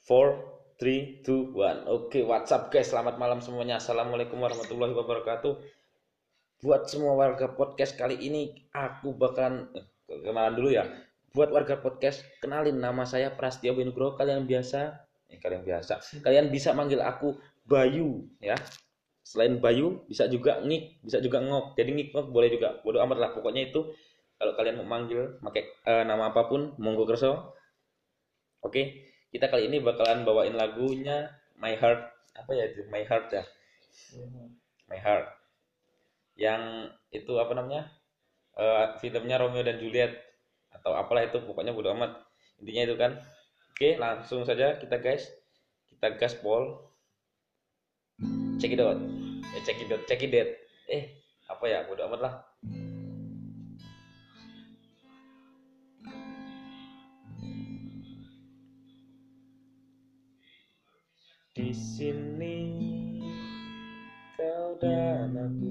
4, 3, 2, 1. Oke, what's up guys? Selamat malam semuanya. Assalamualaikum warahmatullahi wabarakatuh. Buat semua warga podcast kali ini aku bakalan kenalan dulu ya. Buat warga podcast, kenalin nama saya Prastio Benugroho. Kalian bisa manggil aku Bayu ya. Selain Bayu bisa juga Ngik, bisa juga Ngok. Jadi Ngik Ngok boleh juga. Bodoh amat lah. Pokoknya itu kalau kalian mau manggil pakai nama apapun, monggo kerso. Oke, kita kali ini bakalan bawain lagunya My Heart, apa ya itu? My Heart ya. My Heart. Yang itu apa namanya? Filmnya Romeo dan Juliet atau apalah itu, pokoknya bodo amat. Intinya itu kan. Oke, langsung saja kita guys. Kita gaspol. Check it out. Check it out. Apa ya? Bodo amat lah. Di sini kau dan aku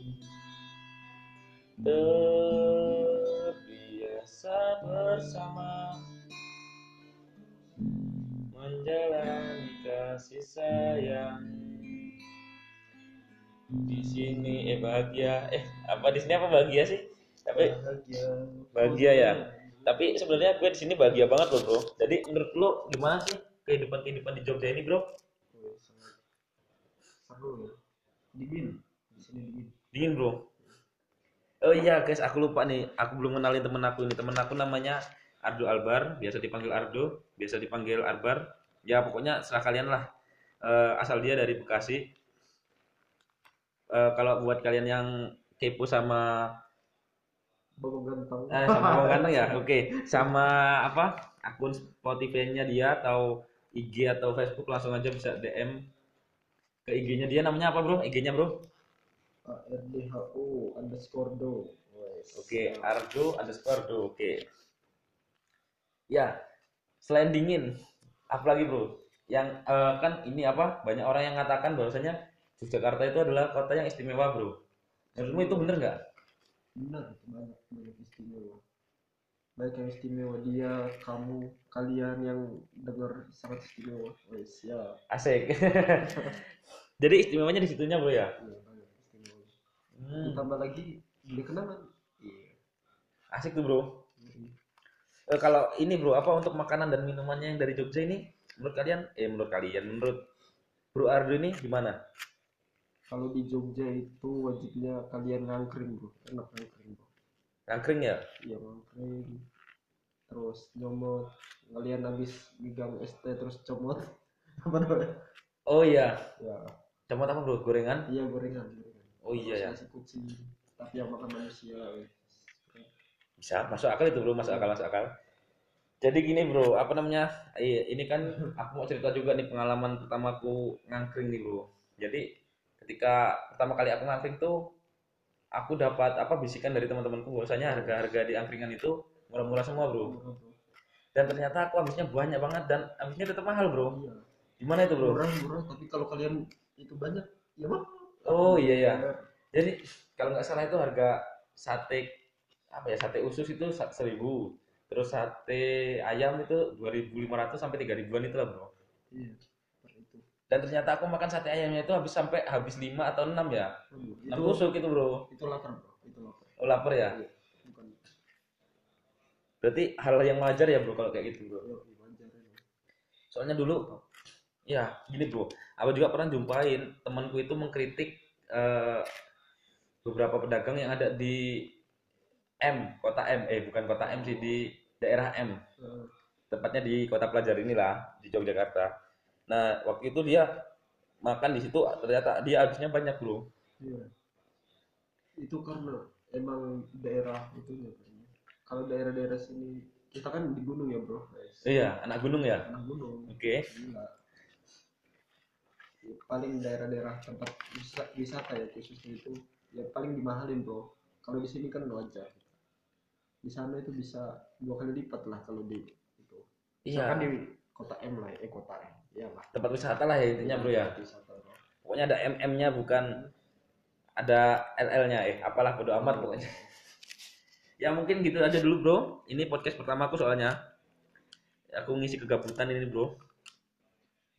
terbiasa bersama menjalani kasih sayang. Di sini bahagia. Apa di sini apa bahagia sih? Tapi bahagia ya. Tapi sebenarnya gue di sini bahagia banget loh, Bro. Jadi menurut lo gimana sih kehidupan di Jogja ini, Bro? Seru ya. Dingin. Di sini dingin. Dingin, Bro. Oh iya guys, aku lupa nih. Aku belum kenalin temen aku ini. Temen aku namanya Ardo Albar, biasa dipanggil Ardo, biasa dipanggil Arbar. Ya pokoknya serah kalian lah. Asal dia dari Bekasi. Kalau buat kalian yang kepo sama Bogor ganteng. sama Bang Ganteng ya, oke. Sama apa? Akun Spotify-nya dia atau IG atau Facebook langsung aja bisa DM ke IG-nya dia. Namanya apa, Bro? IG-nya, Bro? ARDHO_do. Oke, Ardo_do. Oke. Ya, selain dingin, apalagi bro, yang kan ini apa? Banyak orang yang mengatakan bahwasanya Yogyakarta itu adalah kota yang istimewa bro. Menurutmu itu bener nggak? Benar, banyak istimewa. Baik yang istimewa dia, kamu, kalian yang dengar sangat istimewa. Ya. Asik. Jadi istimewanya di situnya bro ya. Iya, banyak istimewa. Ditambah lagi beli kenangan. Iya. Asik tuh bro. Kalau ini bro, apa untuk makanan dan minumannya yang dari Jogja ini, menurut Bro Ardo ini gimana? Kalau di Jogja itu wajibnya kalian ngangkring bro, enak ngangkring bro. Angkring ya? Iya ngangkring, terus nyomot, kalian habis megang ST terus comot apa namanya? Oh iya. Ya, Comot apa bro? Gorengan? iya gorengan. Oh iya ya. Nasi kucing, tapi yang makan manusia. Bisa, masuk akal itu bro, masuk akal. Jadi gini bro, apa namanya? Ini kan aku mau cerita juga nih pengalaman pertamaku ngangkring nih bro. Jadi ketika pertama kali aku ngangkring tuh, aku dapat apa bisikan dari teman-temanku bahwasanya harga-harga di angkringan itu murah-murah semua bro. Dan ternyata aku habisnya banyak banget dan habisnya tetap mahal bro. Iya. Gimana itu bro? Murah, tapi kalau kalian itu banyak, ya mah. Oh iya ya. Jadi kalau nggak salah itu harga sate apa ya, sate usus itu 1.000, terus sate ayam itu 2.500 sampai 3.000-an itu lah bro. Iya, seperti itu. Dan ternyata aku makan sate ayamnya itu habis 5 atau 6 ya. 6 tusuk itu bro. Itu lapar bro, itu lapar. Oh lapar ya. Iya, bukan. Berarti hal yang wajar ya bro kalau kayak gitu bro. Iya, wajar ya. Soalnya dulu ya gini bro, aku juga pernah jumpain temanku itu mengkritik eh, beberapa pedagang yang ada di kota M, bukan kota M sih, di daerah M. Tepatnya di kota pelajar inilah, di Yogyakarta. Nah, waktu itu dia makan di situ, ternyata dia habisnya banyak bro. Iya. Itu karena emang daerah itu ya. Kalau daerah-daerah sini kita kan di gunung ya bro. Iya, anak gunung ya. Anak gunung. Oke. Gila. Paling daerah-daerah tempat wisata ya khususnya itu ya paling dimahalin bro. Kalau di sini kan wajar. Di sana itu bisa 2 kali lipat lah kalau di itu. Iya. Misalkan di kota M lah, kota M. Ya lah. Tempat wisata lah ya intinya bro ya. Wisata, bro. Pokoknya ada MM-nya bukan ada LL-nya, apalah bodo amat pokoknya. Ya mungkin gitu aja dulu bro. Ini podcast pertamaku soalnya. Aku ngisi kegabutan ini bro.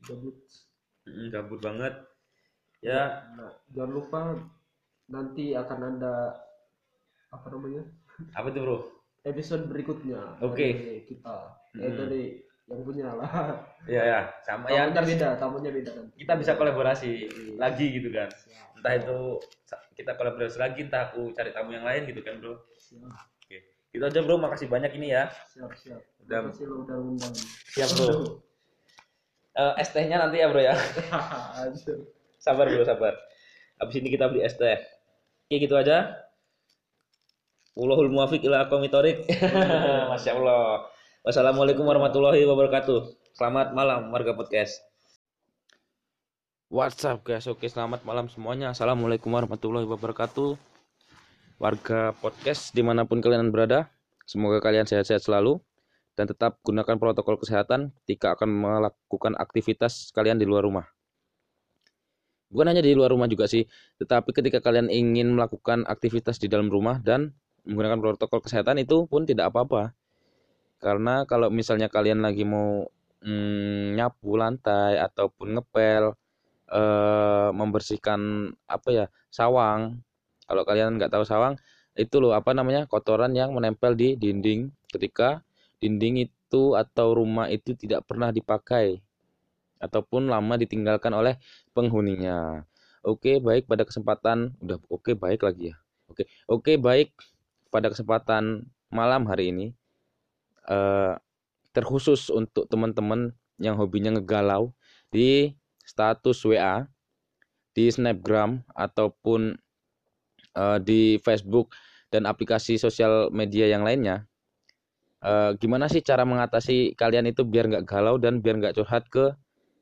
gabut. Gabut banget. Ya, Nah, jangan lupa nanti akan ada apa namanya apa tuh, Bro? episode berikutnya Oke. dari kita, Mm-mm. dari yang punya lah. Iya ya, sama ya ntar Tamunya beda nanti. kita bisa kolaborasi Iya, lagi gitu kan. siap. Entah itu kita kolaborasi lagi, entah aku cari tamu yang lain gitu kan, Bro. Siap, Oke. Itu aja, Bro. Makasih banyak ini ya. siap, siap. Terima Udah kasih lo udah undang. siap, Bro. Es tehnya nanti ya, Bro ya. Anjir. Sabar, Bro, sabar. Habis ini kita beli es teh. Oke, gitu aja. Wallahul muwaffiq ila aqwamit thoriq. Masya Allah. Wassalamualaikum warahmatullahi wabarakatuh. Selamat malam warga podcast. What's up guys? Oke, selamat malam semuanya. Assalamualaikum warahmatullahi wabarakatuh. Warga podcast dimanapun kalian berada, semoga kalian sehat-sehat selalu dan tetap gunakan protokol kesehatan ketika akan melakukan aktivitas kalian di luar rumah. Bukan hanya di luar rumah juga sih, tetapi ketika kalian ingin melakukan aktivitas di dalam rumah dan menggunakan protokol kesehatan itu pun tidak apa-apa. Karena kalau misalnya kalian lagi mau nyapu lantai ataupun ngepel, membersihkan apa ya, sawang. Kalau kalian nggak tahu sawang, itu loh apa namanya, kotoran yang menempel di dinding ketika dinding itu atau rumah itu tidak pernah dipakai ataupun lama ditinggalkan oleh penghuninya. Oke, baik pada kesempatan udah oke baik lagi ya. Oke, baik pada kesempatan malam hari ini eh, terkhusus untuk teman-teman yang hobinya ngegalau di status WA, di Snapgram ataupun di Facebook dan aplikasi sosial media yang lainnya. Gimana sih cara mengatasi kalian itu biar nggak galau dan biar nggak curhat ke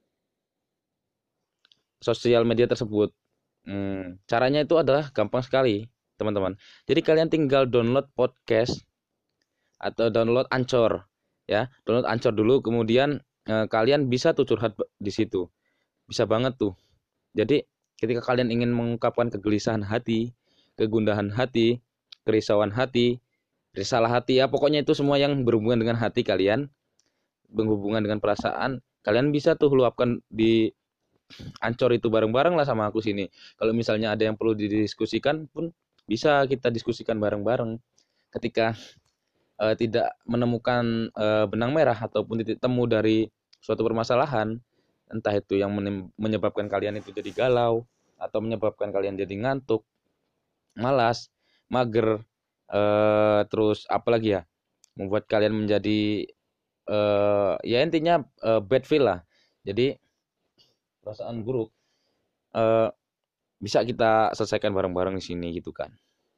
sosial media tersebut? Caranya itu adalah gampang sekali, teman-teman. Jadi kalian tinggal download podcast atau download Anchor, ya. Download Anchor dulu, kemudian kalian bisa tuh curhat di situ. Bisa banget tuh. Jadi ketika kalian ingin mengungkapkan kegelisahan hati, kegundahan hati, kerisauan hati, risalah hati, ya pokoknya itu semua yang berhubungan dengan hati kalian, berhubungan dengan perasaan, kalian bisa tuh luapkan di Ancor itu bareng-bareng lah sama aku sini. Kalau misalnya ada yang perlu didiskusikan pun bisa kita diskusikan bareng-bareng. Ketika tidak menemukan benang merah ataupun titik temu dari suatu permasalahan, entah itu yang menyebabkan kalian itu jadi galau atau menyebabkan kalian jadi ngantuk, malas, mager, terus apalagi ya, membuat kalian menjadi ya intinya bad feel lah. Jadi perasaan buruk eh, bisa kita selesaikan bareng-bareng di sini gitu kan.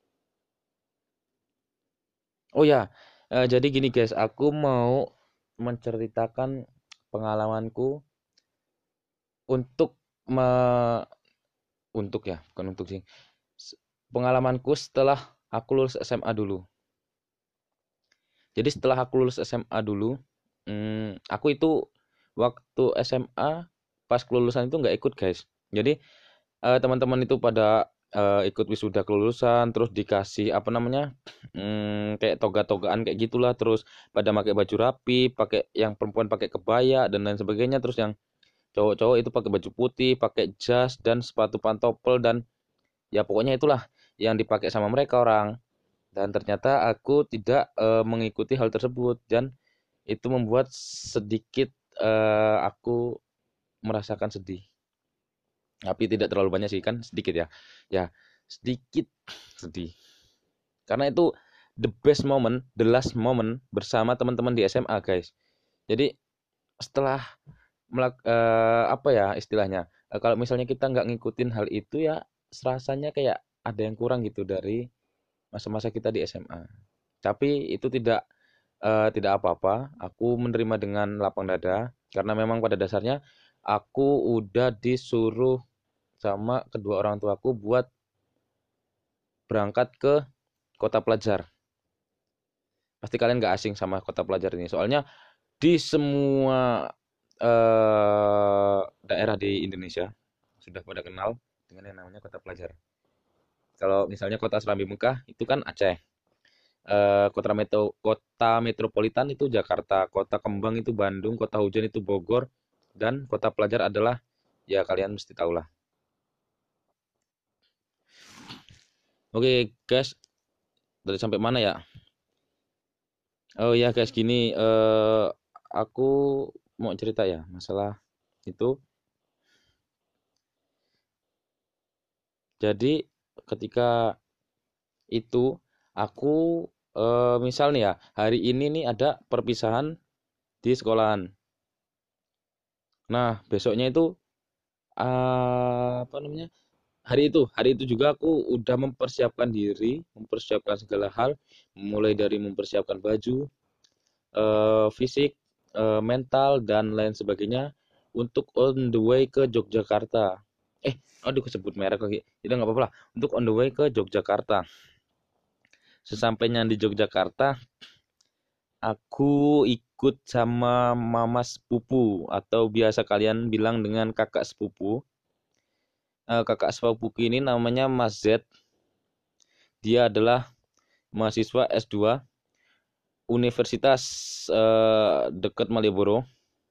Oh ya, jadi gini guys, aku mau menceritakan pengalamanku untuk me, untuk ya, bukan untuk sih. Pengalamanku setelah aku lulus SMA dulu. Jadi setelah aku lulus SMA dulu, aku itu waktu SMA pas kelulusan itu nggak ikut guys. Jadi teman-teman itu pada ikut wisuda kelulusan, terus dikasih apa namanya, kayak toga-togaan kayak gitulah, terus pada pakai baju rapi, pakai yang perempuan pakai kebaya dan lain sebagainya, terus yang cowok-cowok itu pakai baju putih, pakai jas dan sepatu pantopel dan ya pokoknya itulah yang dipakai sama mereka orang. Dan ternyata aku tidak mengikuti hal tersebut dan itu membuat sedikit aku merasakan sedih. Tapi tidak terlalu banyak sih kan sedikit ya. Ya, sedikit sedih. Karena itu the best moment, the last moment bersama teman-teman di SMA, guys. Jadi setelah apa ya istilahnya? Kalau misalnya kita nggak ngikutin hal itu ya rasanya kayak ada yang kurang gitu dari masa-masa kita di SMA. Tapi itu tidak apa-apa. Aku menerima dengan lapang dada karena memang pada dasarnya aku udah disuruh sama kedua orang tuaku buat berangkat ke kota pelajar. Pasti kalian nggak asing sama kota pelajar ini. Soalnya di semua daerah di Indonesia sudah pada kenal dengan yang namanya kota pelajar. Kalau misalnya kota Serambi Mekah itu kan Aceh. Kota metropolitan itu Jakarta, kota kembang itu Bandung, kota hujan itu Bogor, Dan kota pelajar adalah, ya kalian mesti tahu lah. Oke guys, dari sampai mana ya? Oh ya guys, gini aku mau cerita ya masalah itu. Jadi ketika itu aku misal nih ya, hari ini nih ada perpisahan di sekolahan. Nah, besoknya itu apa namanya? Hari itu juga aku udah mempersiapkan diri, mempersiapkan segala hal, mulai dari mempersiapkan baju, fisik, mental dan lain sebagainya untuk on the way ke Yogyakarta. Aduh kesebut merek lagi. Jadi nggak apa-apa lah. Untuk on the way ke Yogyakarta. Sesampainya di Yogyakarta, aku ikut sama mama sepupu atau biasa kalian bilang dengan kakak sepupu. Kakak sepupuku ini namanya Mas Z. Dia adalah mahasiswa S2 Universitas dekat Malioboro.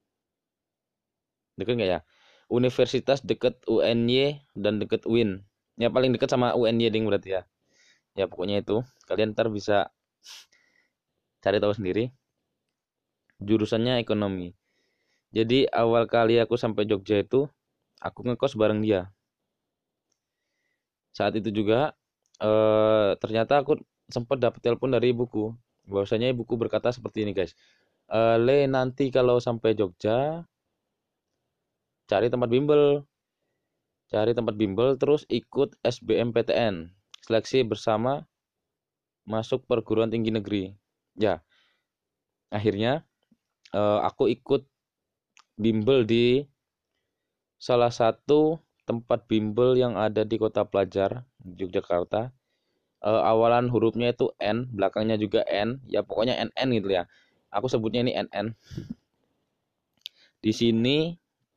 Dekat nggak ya? Universitas dekat UNY dan dekat UIN. Ya paling dekat sama UNY ding berarti ya. Ya pokoknya itu. Kalian ntar bisa cari tahu sendiri. Jurusannya ekonomi. Jadi awal kali aku sampai Jogja itu, aku ngekos bareng dia. Saat itu juga ternyata aku sempat dapat telepon dari ibuku. Bahwasanya ibuku berkata seperti ini guys. Le nanti kalau sampai Jogja cari tempat bimbel. Cari tempat bimbel terus ikut SBMPTN. Seleksi bersama masuk perguruan tinggi negeri. Ya, akhirnya aku ikut bimbel di salah satu tempat bimbel yang ada di Kota Pelajar, Yogyakarta. Awalan hurufnya itu N, belakangnya juga N, ya pokoknya NN gitu ya. Aku sebutnya ini NN. Di sini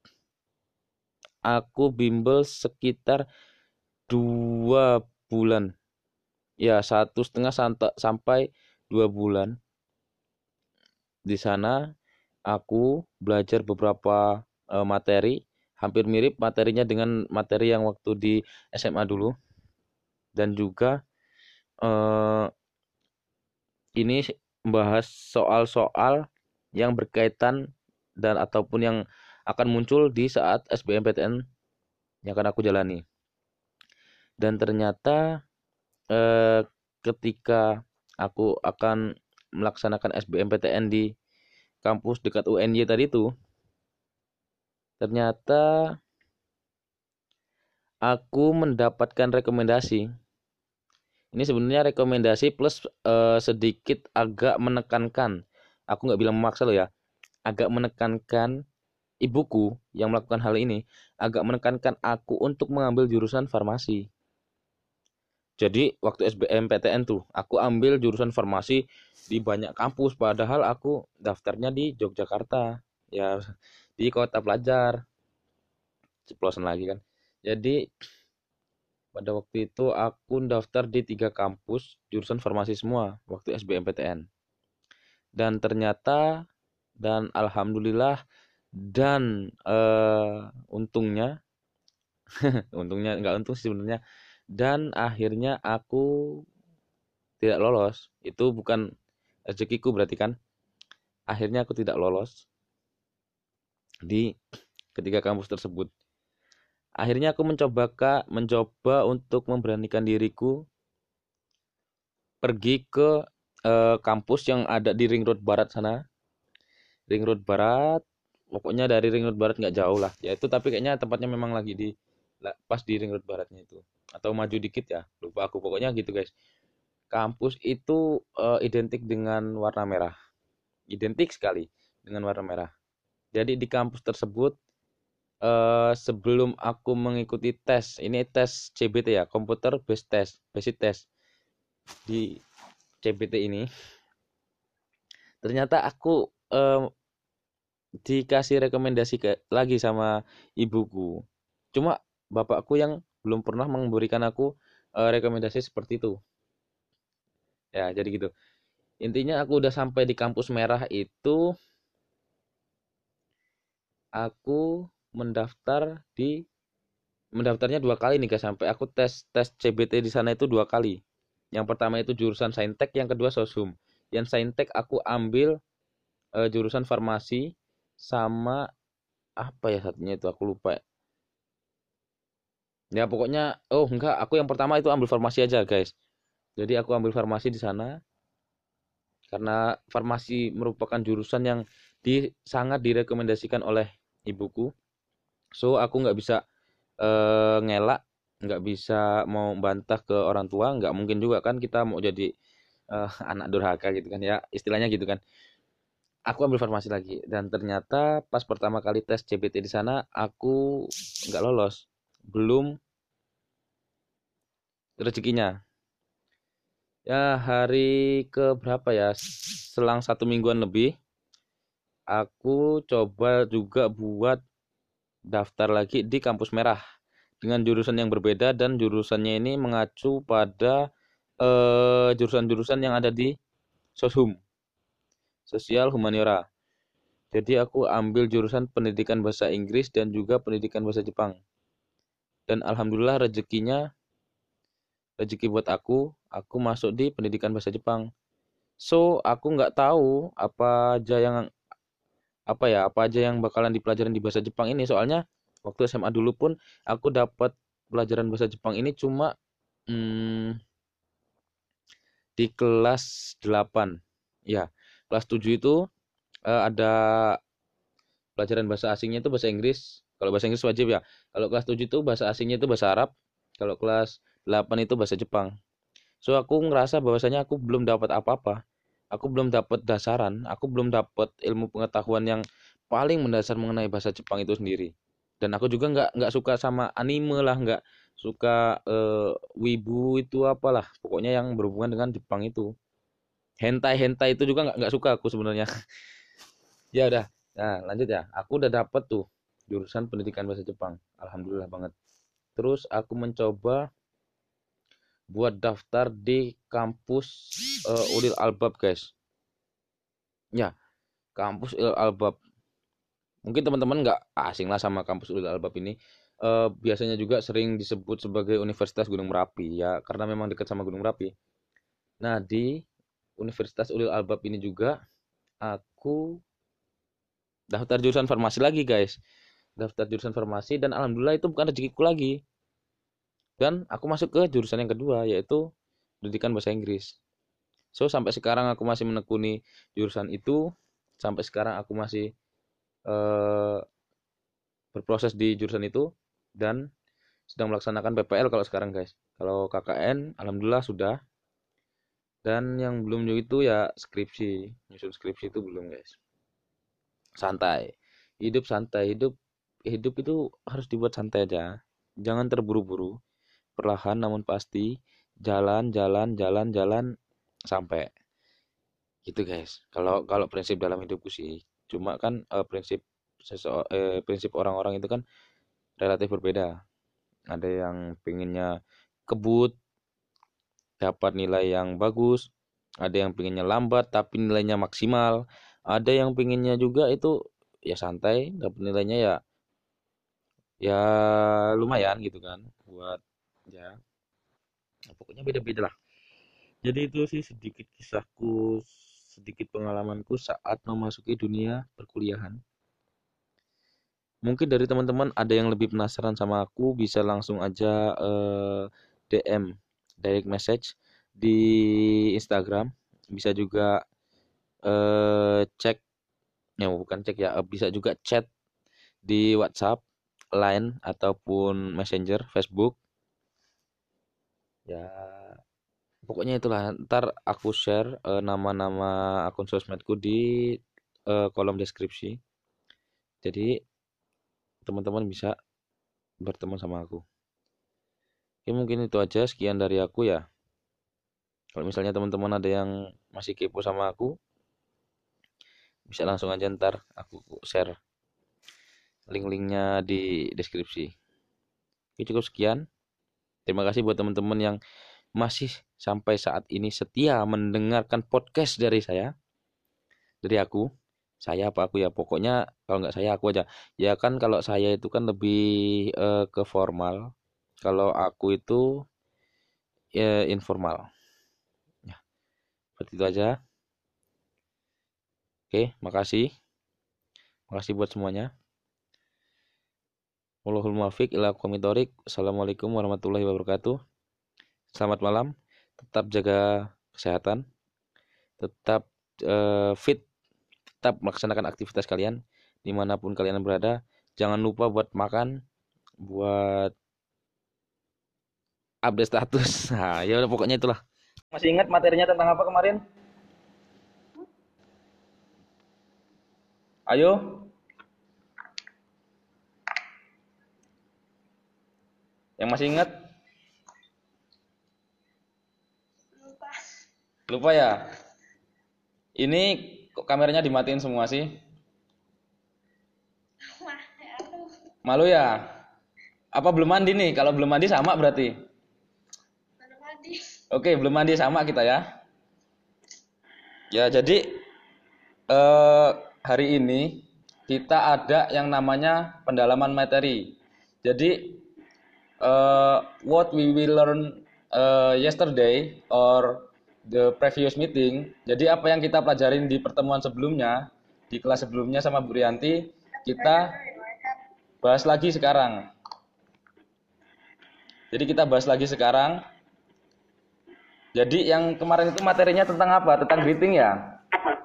aku bimbel sekitar 2 bulan. Ya, 1,5 sampai 2 bulan. Di sana aku belajar beberapa materi, hampir mirip materinya dengan materi yang waktu di SMA dulu. Dan juga eh, ini membahas soal-soal yang berkaitan dan ataupun yang akan muncul di saat SBMPTN yang akan aku jalani. Dan ternyata eh, ketika aku akan melaksanakan SBMPTN di kampus dekat UNY tadi itu, ternyata aku mendapatkan rekomendasi. Ini sebenarnya rekomendasi plus sedikit agak menekankan. Aku nggak bilang memaksa loh ya. Agak menekankan ibuku yang melakukan hal ini. Agak menekankan aku untuk mengambil jurusan farmasi. Jadi waktu SBMPTN tuh, aku ambil jurusan farmasi di banyak kampus. Padahal aku daftarnya di Yogyakarta. Ya, di kota pelajar. Ceplosan lagi kan. Jadi pada waktu itu aku daftar di 3 kampus jurusan farmasi semua waktu SBMPTN. Dan ternyata dan alhamdulillah dan untungnya untungnya nggak untung sih sebenarnya dan akhirnya aku tidak lolos. Itu bukan rezekiku berarti kan. Akhirnya aku tidak lolos di ketiga kampus tersebut. Akhirnya aku mencoba untuk memberanikan diriku pergi ke kampus yang ada di Ring Road Barat sana. Ring Road Barat, pokoknya dari Ring Road Barat nggak jauh lah. Ya itu tapi kayaknya tempatnya memang lagi di pas di Ring Road Baratnya itu. Atau maju dikit ya, lupa aku. Pokoknya gitu guys. Kampus itu identik dengan warna merah. Identik sekali dengan warna merah. Jadi di kampus tersebut sebelum aku mengikuti tes, ini tes CBT ya, Computer Based Test, Basic Test di CBT ini, ternyata aku dikasih rekomendasi lagi sama ibuku. Cuma bapakku yang belum pernah memberikan aku rekomendasi seperti itu. Ya, jadi gitu. Intinya aku udah sampai di kampus merah itu, aku mendaftarnya 2 kali nih guys, sampai aku tes tes CBT di sana itu 2 kali. Yang pertama itu jurusan Saintek, yang kedua Soshum. Yang Saintek aku ambil jurusan farmasi sama apa ya satunya itu aku lupa. Ya pokoknya enggak, aku yang pertama itu ambil farmasi aja guys. Jadi aku ambil farmasi di sana karena farmasi merupakan jurusan yang sangat direkomendasikan oleh ibuku. So aku nggak bisa ngelak, nggak bisa mau bantah ke orang tua, nggak mungkin juga kan kita mau jadi anak durhaka gitu kan ya, istilahnya gitu kan. Aku ambil farmasi lagi dan ternyata pas pertama kali tes CBT di sana aku nggak lolos, belum rezekinya. Ya hari ke berapa ya, selang 1 mingguan lebih, aku coba juga buat daftar lagi di kampus merah dengan jurusan yang berbeda dan jurusannya ini mengacu pada jurusan-jurusan yang ada di Soshum, Sosial Humaniora. Jadi aku ambil jurusan pendidikan bahasa Inggris dan juga pendidikan bahasa Jepang. Dan alhamdulillah rezeki buat aku masuk di pendidikan bahasa Jepang. So, aku nggak tahu apa aja yang bakalan dipelajarin di bahasa Jepang ini. Soalnya waktu SMA dulu pun aku dapat pelajaran bahasa Jepang ini cuma hmm, di kelas 8. Ya, kelas 7 itu ada pelajaran bahasa asingnya itu bahasa Inggris. Kalau bahasa Inggris wajib ya. Kalau kelas 7 itu bahasa asingnya itu bahasa Arab. Kalau kelas 8 itu bahasa Jepang. So aku ngerasa bahwasanya aku belum dapat apa-apa. Aku belum dapat dasaran, aku belum dapat ilmu pengetahuan yang paling mendasar mengenai bahasa Jepang itu sendiri. Dan aku juga nggak suka sama anime lah, nggak suka wibu itu apalah. Pokoknya yang berhubungan dengan Jepang itu. Hentai hentai itu juga nggak suka aku sebenarnya. Ya udah. Nah, lanjut ya. Aku udah dapet tuh jurusan pendidikan bahasa Jepang. Alhamdulillah banget. Terus aku mencoba buat daftar di kampus Ulil Albab, guys. Ya, kampus Ulil Albab. Mungkin teman-teman nggak asing lah sama kampus Ulil Albab ini. Biasanya juga sering disebut sebagai Universitas Gunung Merapi ya, karena memang dekat sama Gunung Merapi. Nah, di Universitas Ulil Albab ini juga aku daftar jurusan farmasi lagi, guys. Daftar jurusan farmasi dan alhamdulillah itu bukan rezekiku lagi. Dan aku masuk ke jurusan yang kedua yaitu pendidikan bahasa Inggris. So sampai sekarang aku masih menekuni jurusan itu, sampai sekarang aku masih eh, berproses di jurusan itu dan sedang melaksanakan PPL kalau sekarang guys. Kalau KKN alhamdulillah sudah, dan yang belum juga itu ya skripsi, nyusun skripsi itu belum guys. Santai, hidup santai, hidup hidup itu harus dibuat santai aja, jangan terburu-buru, perlahan namun pasti, jalan jalan jalan jalan sampai. Gitu guys. Kalau kalau prinsip dalam hidupku sih. Cuma kan prinsip orang-orang itu kan relatif berbeda. Ada yang pengennya kebut, dapat nilai yang bagus. Ada yang pengennya lambat tapi nilainya maksimal. Ada yang pengennya juga itu ya santai, dapat nilainya ya ya lumayan gitu kan. Buat ya, pokoknya beda-beda lah. Jadi itu sih sedikit kisahku, sedikit pengalamanku saat memasuki dunia perkuliahan. Mungkin dari teman-teman ada yang lebih penasaran sama aku, bisa langsung aja DM, direct message di Instagram. Bisa juga cek, ya bukan cek ya, bisa juga chat di WhatsApp, Line ataupun Messenger, Facebook. Ya, pokoknya itulah. Ntar aku share nama-nama akun sosmedku di kolom deskripsi. Jadi teman-teman bisa bertemu sama aku. Oke, mungkin itu aja sekian dari aku ya. Kalau misalnya teman-teman ada yang masih kepo sama aku, bisa langsung aja ntar aku share link-linknya di deskripsi. Oke, cukup sekian. Terima kasih buat teman-teman yang masih sampai saat ini setia mendengarkan podcast dari saya, dari aku. Saya apa aku ya? Pokoknya kalau nggak saya aku aja. Ya kan kalau saya itu kan lebih ke formal. Kalau aku itu informal. Ya, seperti itu aja. Oke, makasih. Makasih buat semuanya. Wallahul muwaffiq ila aqwamit thoriq. Assalamualaikum warahmatullahi wabarakatuh. Selamat malam. Tetap jaga kesehatan, tetap fit, tetap melaksanakan aktivitas kalian dimanapun kalian berada. Jangan lupa buat makan, buat update status. Nah, ya udah pokoknya itulah. Masih ingat materinya tentang apa kemarin? Ayo, yang masih ingat? Lupa ya? Ini kok kameranya dimatiin semua sih? Malu ya? Apa belum mandi nih? Kalau belum mandi sama berarti. Oke, belum mandi sama kita ya. Ya, jadi hari ini kita ada yang namanya pendalaman materi. Jadi what we will learn yesterday or the previous meeting. Jadi apa yang kita pelajarin di pertemuan sebelumnya, di kelas sebelumnya sama Bu Rianti, kita bahas lagi sekarang. Jadi kita bahas lagi sekarang. Jadi yang kemarin itu materinya tentang apa? Tentang greeting ya?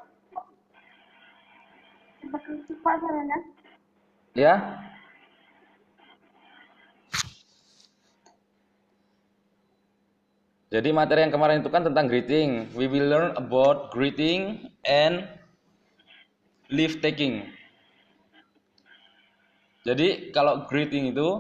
Ya? Jadi materi yang kemarin itu kan tentang greeting. We will learn about greeting and leave taking. Jadi kalau greeting itu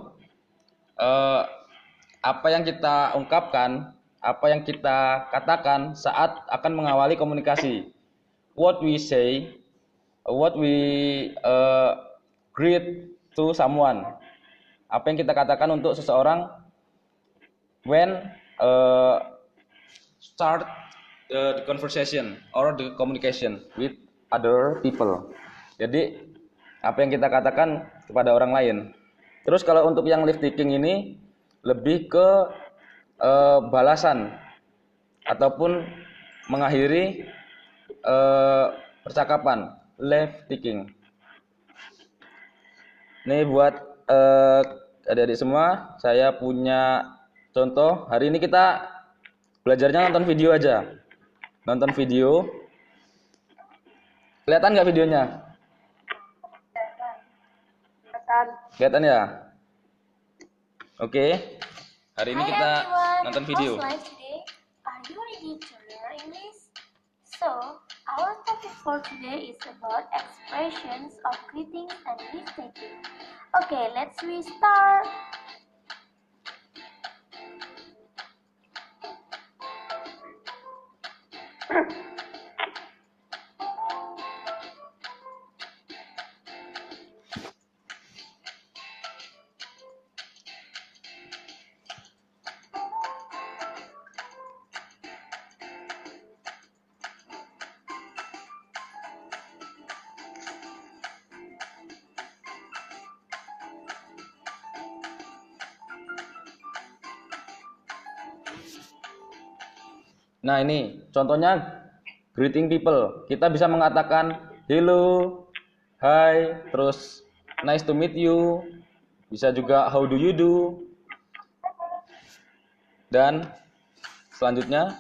apa yang kita ungkapkan, apa yang kita katakan saat akan mengawali komunikasi. What we say, what we greet to someone. Apa yang kita katakan untuk seseorang when start the conversation or the communication with other people. Jadi apa yang kita katakan kepada orang lain. Terus kalau untuk yang live taking ini lebih ke balasan ataupun mengakhiri percakapan live taking. Ini buat adik-adik semua, saya punya contoh. Hari ini kita belajarnya nonton video aja. Nonton video. Kelihatan nggak videonya? Kelihatan ya? Oke. Hari ini kita nonton video. Are you ready to learn English? So, our topic for today is about expressions of greetings and gift taking. Okay, let's restart. Nah ini contohnya greeting people. Kita bisa mengatakan hello, hi, terus nice to meet you. Bisa juga how do you do. Dan selanjutnya,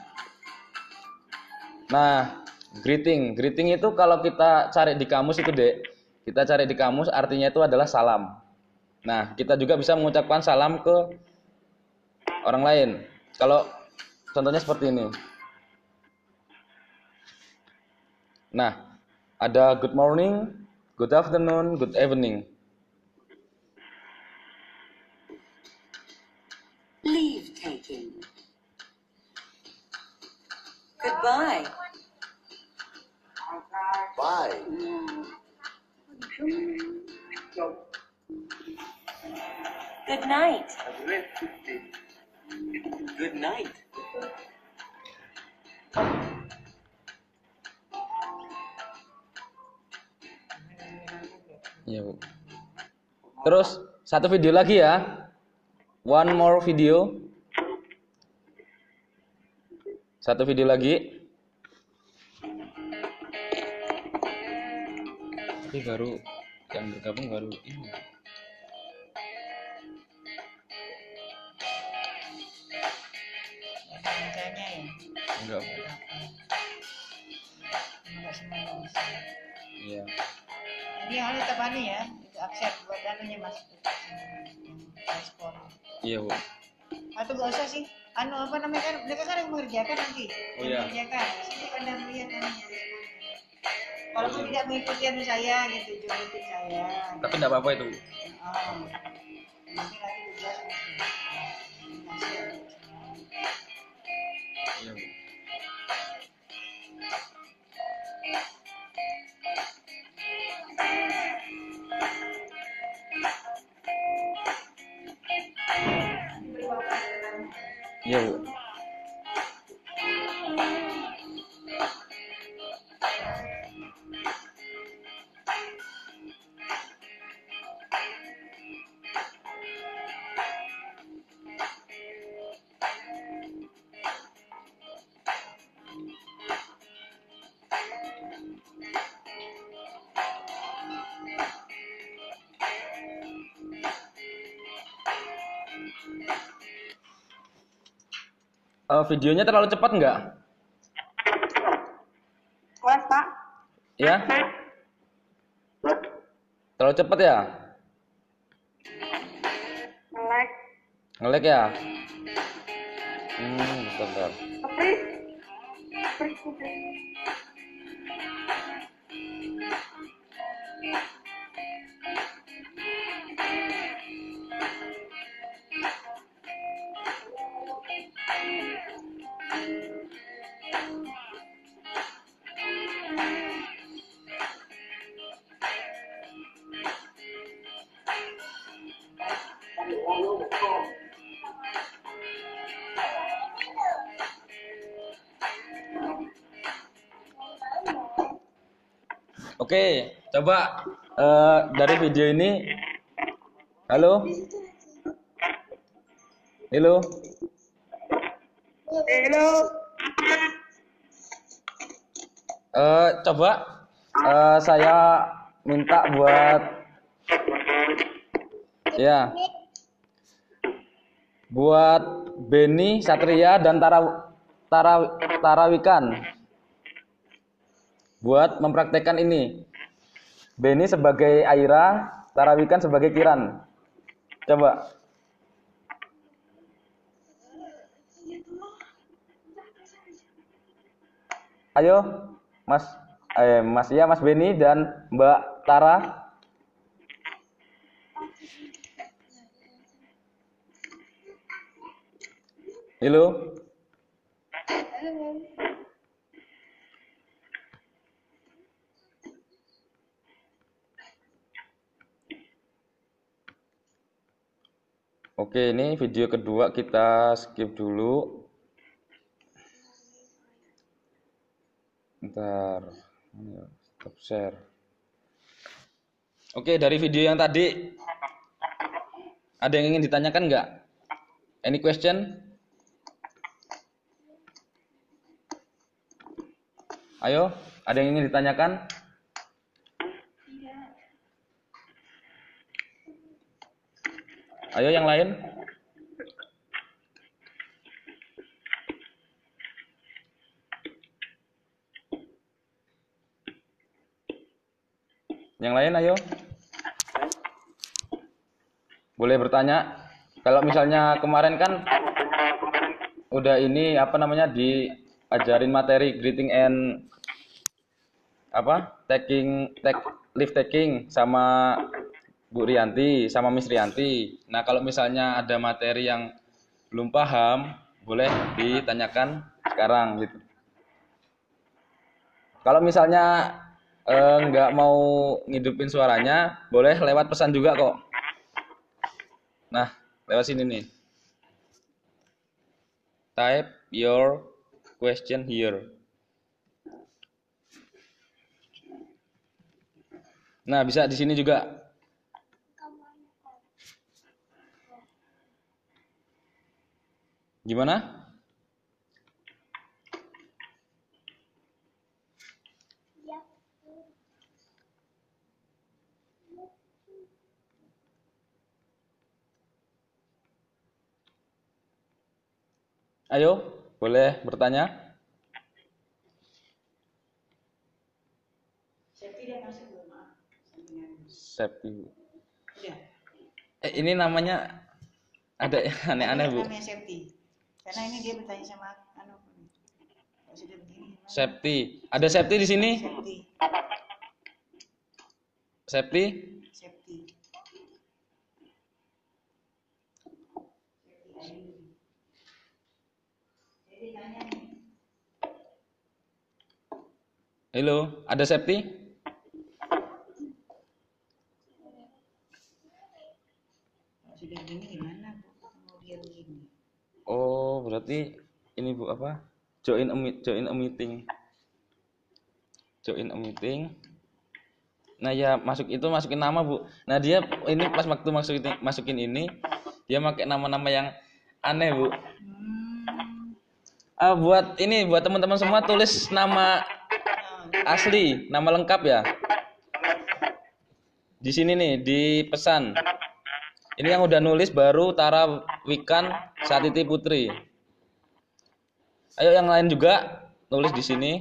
nah greeting itu kalau kita cari di kamus itu dek, kita cari di kamus artinya itu adalah salam. Nah kita juga bisa mengucapkan salam ke orang lain. Kalau contohnya seperti ini. Nah, ada good morning, good afternoon, good evening. Leave taking. Goodbye. Bye. Good night. Good night. Terus satu video lagi ya. One more video. Satu video lagi. Tapi baru yang bergabung baru ini. Bacanya ya. Enggak. Enggak semuanya bisa. Iya. Ini yang tetap anu ya, itu akses buat anunya mas. Respon. Iya, Bu. Atau nggak usah sih. Anu apa namanya kan mereka kan yang mengerjakan nanti. Oh, iya. Mengerjakan. Sini anda melihat anunya. Walaupun tidak mengikuti anu saya gitu, cuma ikut saya. Tapi enggak apa-apa itu. Oh. Ini lagi tugas gitu. Iya, Bu. Iya, Bu. Videonya terlalu cepat nggak? Kelas, Pak. Ya? Terlalu cepat ya? Melek. Nge-lag ya? Bentar. Oke, coba dari video ini. Halo? Halo? Hello. Coba saya minta buat ya buat Beni, Satria dan Tarawikan buat mempraktekkan ini. Beni sebagai Aira, Tarawikan sebagai Kiran. Coba. Ayo, Mas Mas Beni dan Mbak Tara. Halo. Oke, ini video kedua kita skip dulu. Bentar. Stop share. Oke, dari video yang tadi ada yang ingin ditanyakan nggak? Any question? Ayo, ada yang ingin ditanyakan? Ayo yang lain. Yang lain ayo. Boleh bertanya. Kalau misalnya kemarin kan udah ini apa namanya diajarin materi greeting and lift taking sama Bu Rianti sama Miss Rianti. Nah, kalau misalnya ada materi yang belum paham, boleh ditanyakan sekarang gitu. Kalau misalnya nggak mau ngidupin suaranya, boleh lewat pesan juga kok. Nah, lewat sini nih. Type your question here. Nah, bisa di sini juga. Gimana? Ayo, boleh bertanya? Septi udah masuk belum? Maaf. Septi. Udah. Ini namanya ada yang aneh-aneh, Bu. Namanya Septi. Karena ini dia bertanya sama anu. Kalau sudah begini. Gimana? Septi. Ada Septi di sini? Septi. Septi? Septi. Jadi tanya nih. Halo, ada Septi? Kalau sudah begini gimana Bu? Mau dia begini. Oh, berarti ini Bu apa? Join a meeting. Join a meeting. Nah, ya masukin nama, Bu. Nah, dia ini pas waktu masukin ini dia pakai nama-nama yang aneh, Bu. Buat teman-teman semua tulis nama asli, nama lengkap ya. Di sini nih, di pesan. Ini yang udah nulis baru Tara Wikan Satiti Putri. Ayo yang lain juga nulis di sini.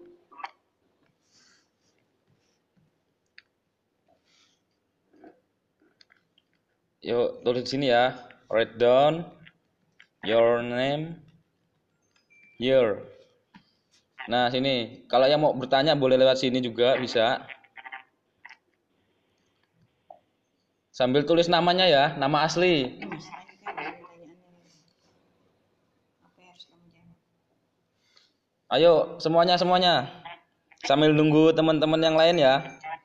Yuk tulis di sini ya. Write down your name here. Nah, sini. Kalau yang mau bertanya boleh lewat sini juga bisa. Sambil tulis namanya ya, nama asli. Mas, tanya kan ada pertanyaannya. Apa yang harus kamu jawab? Ayo semuanya. Sambil nunggu teman-teman yang lain ya.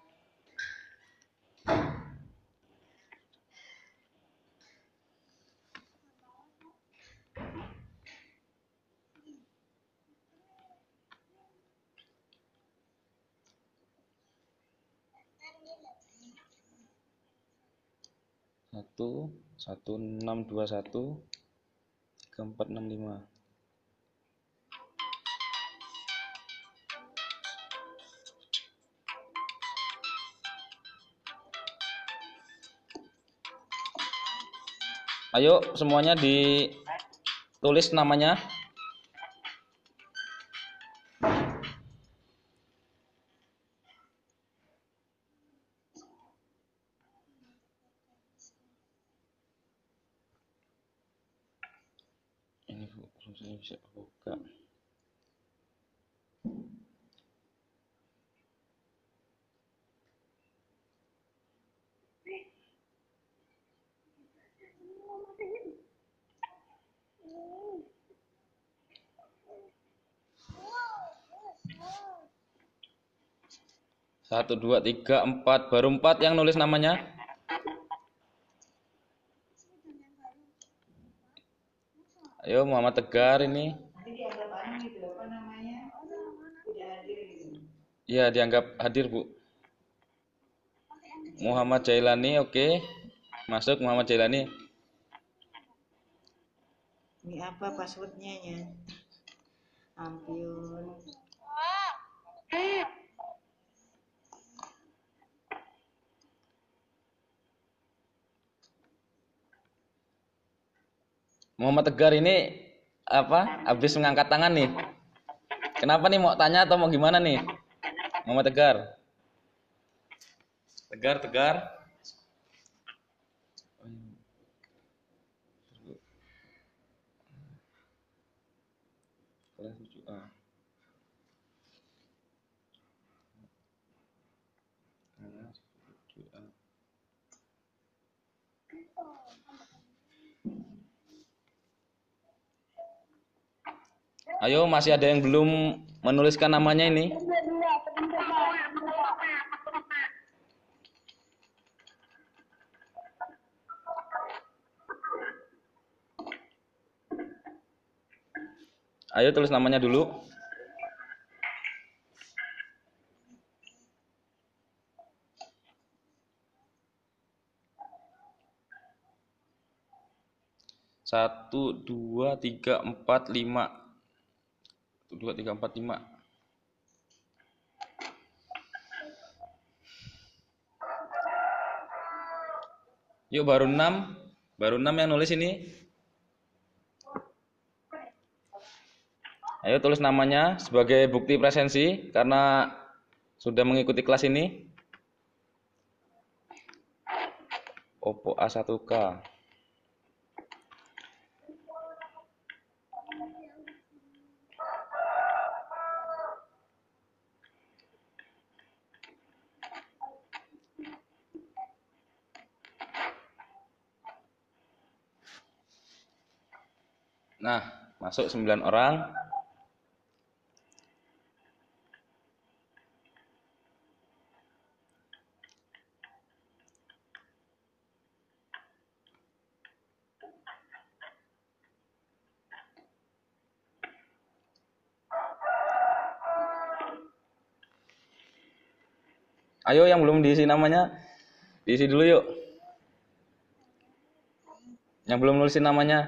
Satu 621 3465. Ayo semuanya ditulis namanya. Ini Bu, saya bisa buka. Satu, dua, tiga, empat. Baru 4 yang nulis namanya. Ayo Muhammad Tegar ini. Nanti dianggap anu gitu, apa namanya? Tidak hadir gitu. Ya dianggap hadir Bu. Muhammad Jailani, oke. Masuk Muhammad Jailani. Ini apa passwordnya ya? Ampun. Muhammad Tegar ini apa? Habis mengangkat tangan nih. Kenapa nih, mau tanya atau mau gimana nih? Muhammad Tegar. Tegar. Kelas 7A. Kelas 7A. Ayo, masih ada yang belum menuliskan namanya ini? Ayo tulis namanya dulu. 1, 2, 3, 4, 5. 1, 2, 3, 4, 5. Yuk baru 6. Baru 6 yang nulis ini. Ayo tulis namanya sebagai bukti presensi karena sudah mengikuti kelas ini. Oppo A1K. Nah, masuk 9 orang. Ayo yang belum diisi namanya, diisi dulu yuk. Yang belum nulisin namanya.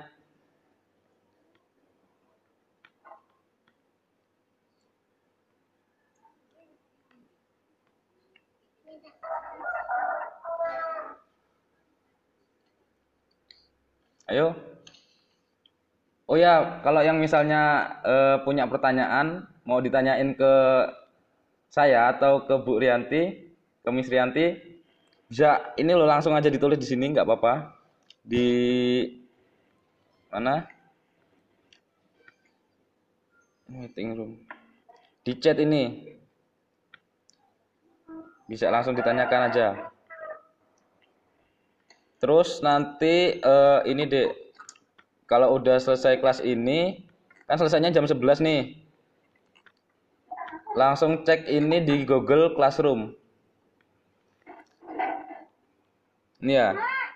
Ayo. Oh ya, kalau yang misalnya punya pertanyaan, mau ditanyain ke saya atau ke Bu Rianti, ke Miss Rianti, bisa ini lo langsung aja ditulis di sini, nggak apa-apa. Di mana? Meeting room. Di chat ini. Bisa langsung ditanyakan aja. Terus nanti ini deh, kalau udah selesai kelas ini, kan selesainya jam 11 nih. Langsung cek ini di Google Classroom. Ini ya.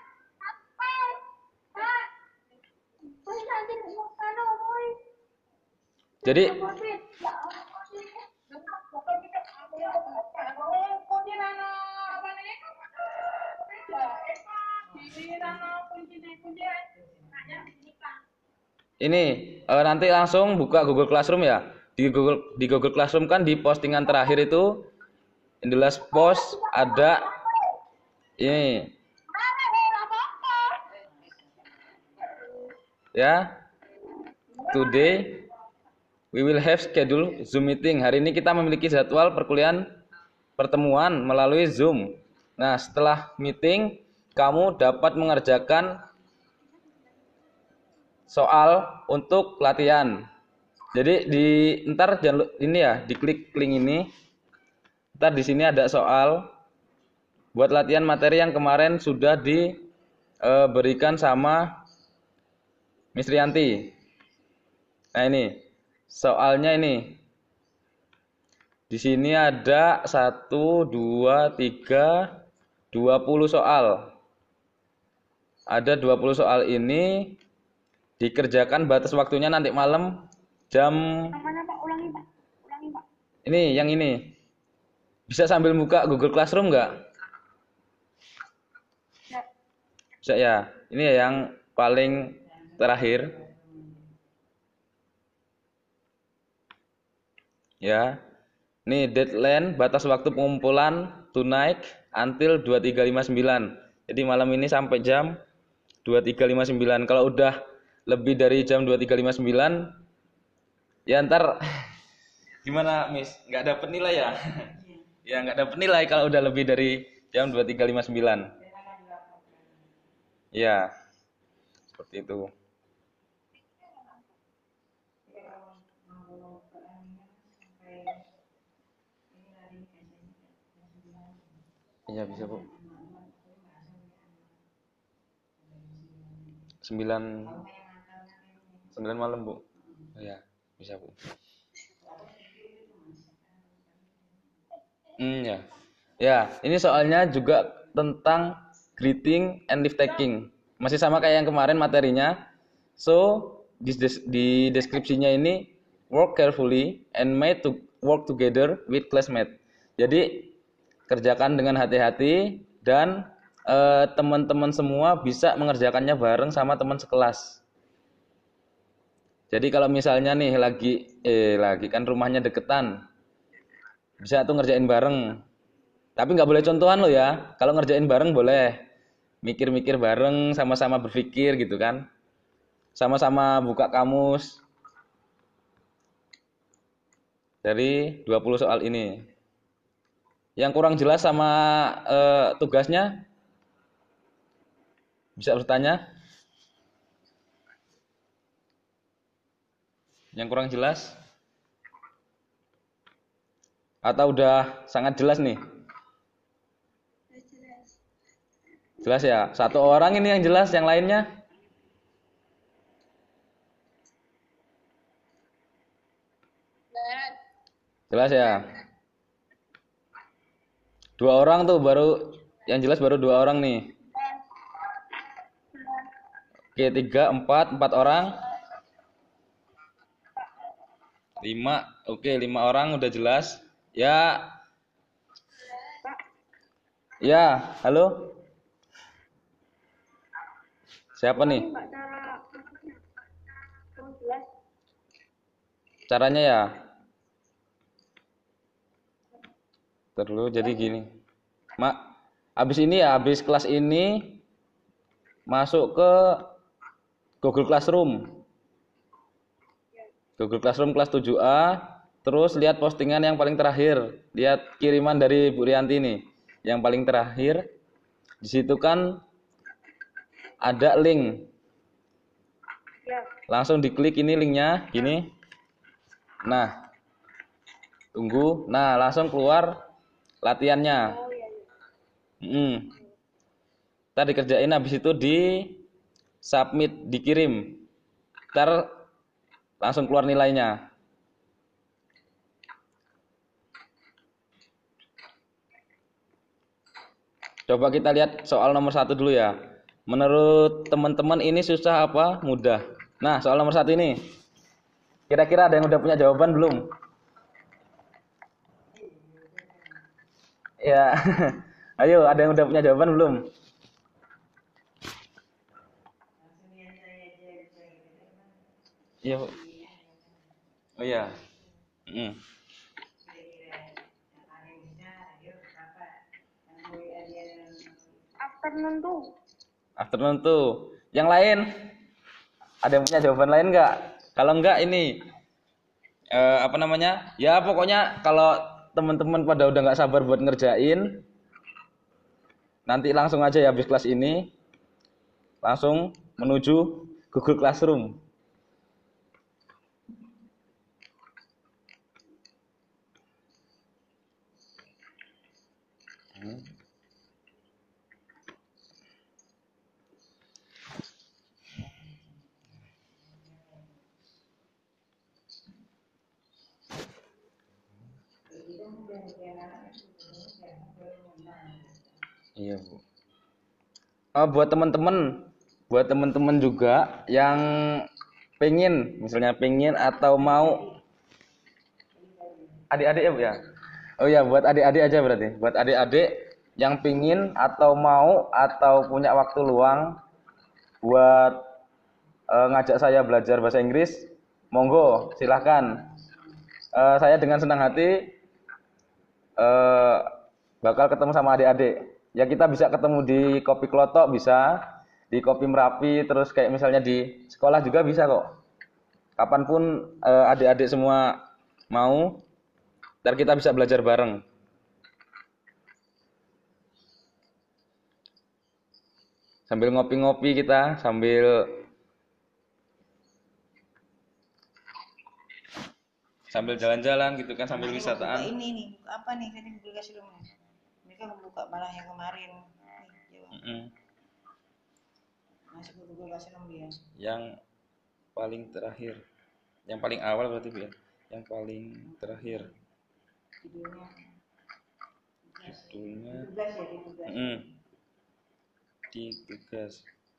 Jadi ini nanti langsung buka Google Classroom ya. Di Google Classroom kan di postingan terakhir itu in the last post ada ini. Ya. Today we will have schedule Zoom meeting. Hari ini kita memiliki jadwal pertemuan melalui Zoom. Nah, setelah meeting kamu dapat mengerjakan soal untuk latihan. Jadi ntar jangan ini ya, diklik link ini. Ntar di sini ada soal buat latihan materi yang kemarin sudah diberikan sama Miss Rianti. Nah, ini soalnya ini. Di sini ada 1, 2, 3, 20 soal. Ada 20 soal ini dikerjakan batas waktunya nanti malam jam. Namanya Pak, ulangi Pak. Ulangi Pak. Ini yang ini. Bisa sambil buka Google Classroom nggak? Ya. Bisa ya. Ini ya yang paling terakhir. Ya. Ini deadline batas waktu pengumpulan tonight until 23.59. Jadi malam ini sampai jam 23.59. Kalau udah lebih dari jam 23.59 ya ntar gimana Miss? Nggak dapet nilai ya? Ya nggak dapet nilai kalau udah lebih dari jam 23.59. Ya. Seperti itu. Iya bisa Bu. 9 malam Bu. Oh, ya bisa Bu. Ya. Ya, ini soalnya juga tentang greeting and leave taking. Masih sama kayak yang kemarin materinya. So, di deskripsinya ini work carefully and made to work together with classmates. Jadi kerjakan dengan hati-hati dan teman-teman semua bisa mengerjakannya bareng sama teman sekelas. Jadi kalau misalnya nih lagi kan rumahnya deketan, bisa tuh ngerjain bareng. Tapi nggak boleh contohan lo ya. Kalau ngerjain bareng boleh mikir-mikir bareng, sama-sama berpikir gitu kan. Sama-sama buka kamus dari 20 soal ini. Yang kurang jelas sama tugasnya bisa bertanya. Yang kurang jelas atau udah sangat jelas nih? Jelas ya? Satu orang ini yang jelas, yang lainnya? Jelas ya? Dua orang tuh baru, yang jelas baru dua orang nih. Oke, 3, 4 orang. 5, oke 5 orang udah jelas. Ya. Ya, halo? Siapa nih? Caranya ya? Terus jadi gini. Habis ini ya, habis kelas ini masuk ke Google Classroom. Google Classroom kelas 7A, terus lihat postingan yang paling terakhir. Lihat kiriman dari Bu Rianti nih. Yang paling terakhir. Di situ kan ada link. Langsung diklik ini linknya, gini. Nah, tunggu. Nah, langsung keluar latihannya. Ntar dikerjain, habis itu di submit, dikirim. Ntar langsung keluar nilainya. Coba kita lihat soal nomor 1 dulu ya. Menurut teman-teman ini susah apa mudah? Nah, soal nomor 1 ini. Kira-kira ada yang udah punya jawaban belum? Ya. Ayo, ada yang udah punya jawaban belum? Iya. Oh iya. Afternoon tuh. Yang lain? Ada yang punya jawaban lain nggak? Kalau enggak ini apa namanya? Ya pokoknya kalau teman-teman pada udah nggak sabar buat ngerjain, nanti langsung aja ya habis kelas ini langsung menuju Google Classroom. Iya, Bu. Buat teman-teman juga yang misalnya pengen atau mau, adik-adik ya Bu ya. Oh ya, buat adik-adik aja berarti. Buat adik-adik yang pengen atau mau atau punya waktu luang buat ngajak saya belajar bahasa Inggris, monggo silahkan. Saya dengan senang hati bakal ketemu sama adik-adik. Ya kita bisa ketemu di Kopi Klotok, bisa di Kopi Merapi, terus kayak misalnya di sekolah juga bisa kok. Kapanpun adik-adik semua mau, ntar kita bisa belajar bareng. Sambil ngopi-ngopi kita, sambil jalan-jalan gitu kan, sambil wisataan. Ini nih, apa nih kan aplikasi dong? Mereka membuka malah yang kemarin. Masuk ke Google Classroom dia. Yang paling terakhir, yang paling awal berarti ya, yang paling terakhir. Judulnya. Tugas ya, di tugas. Di tugas.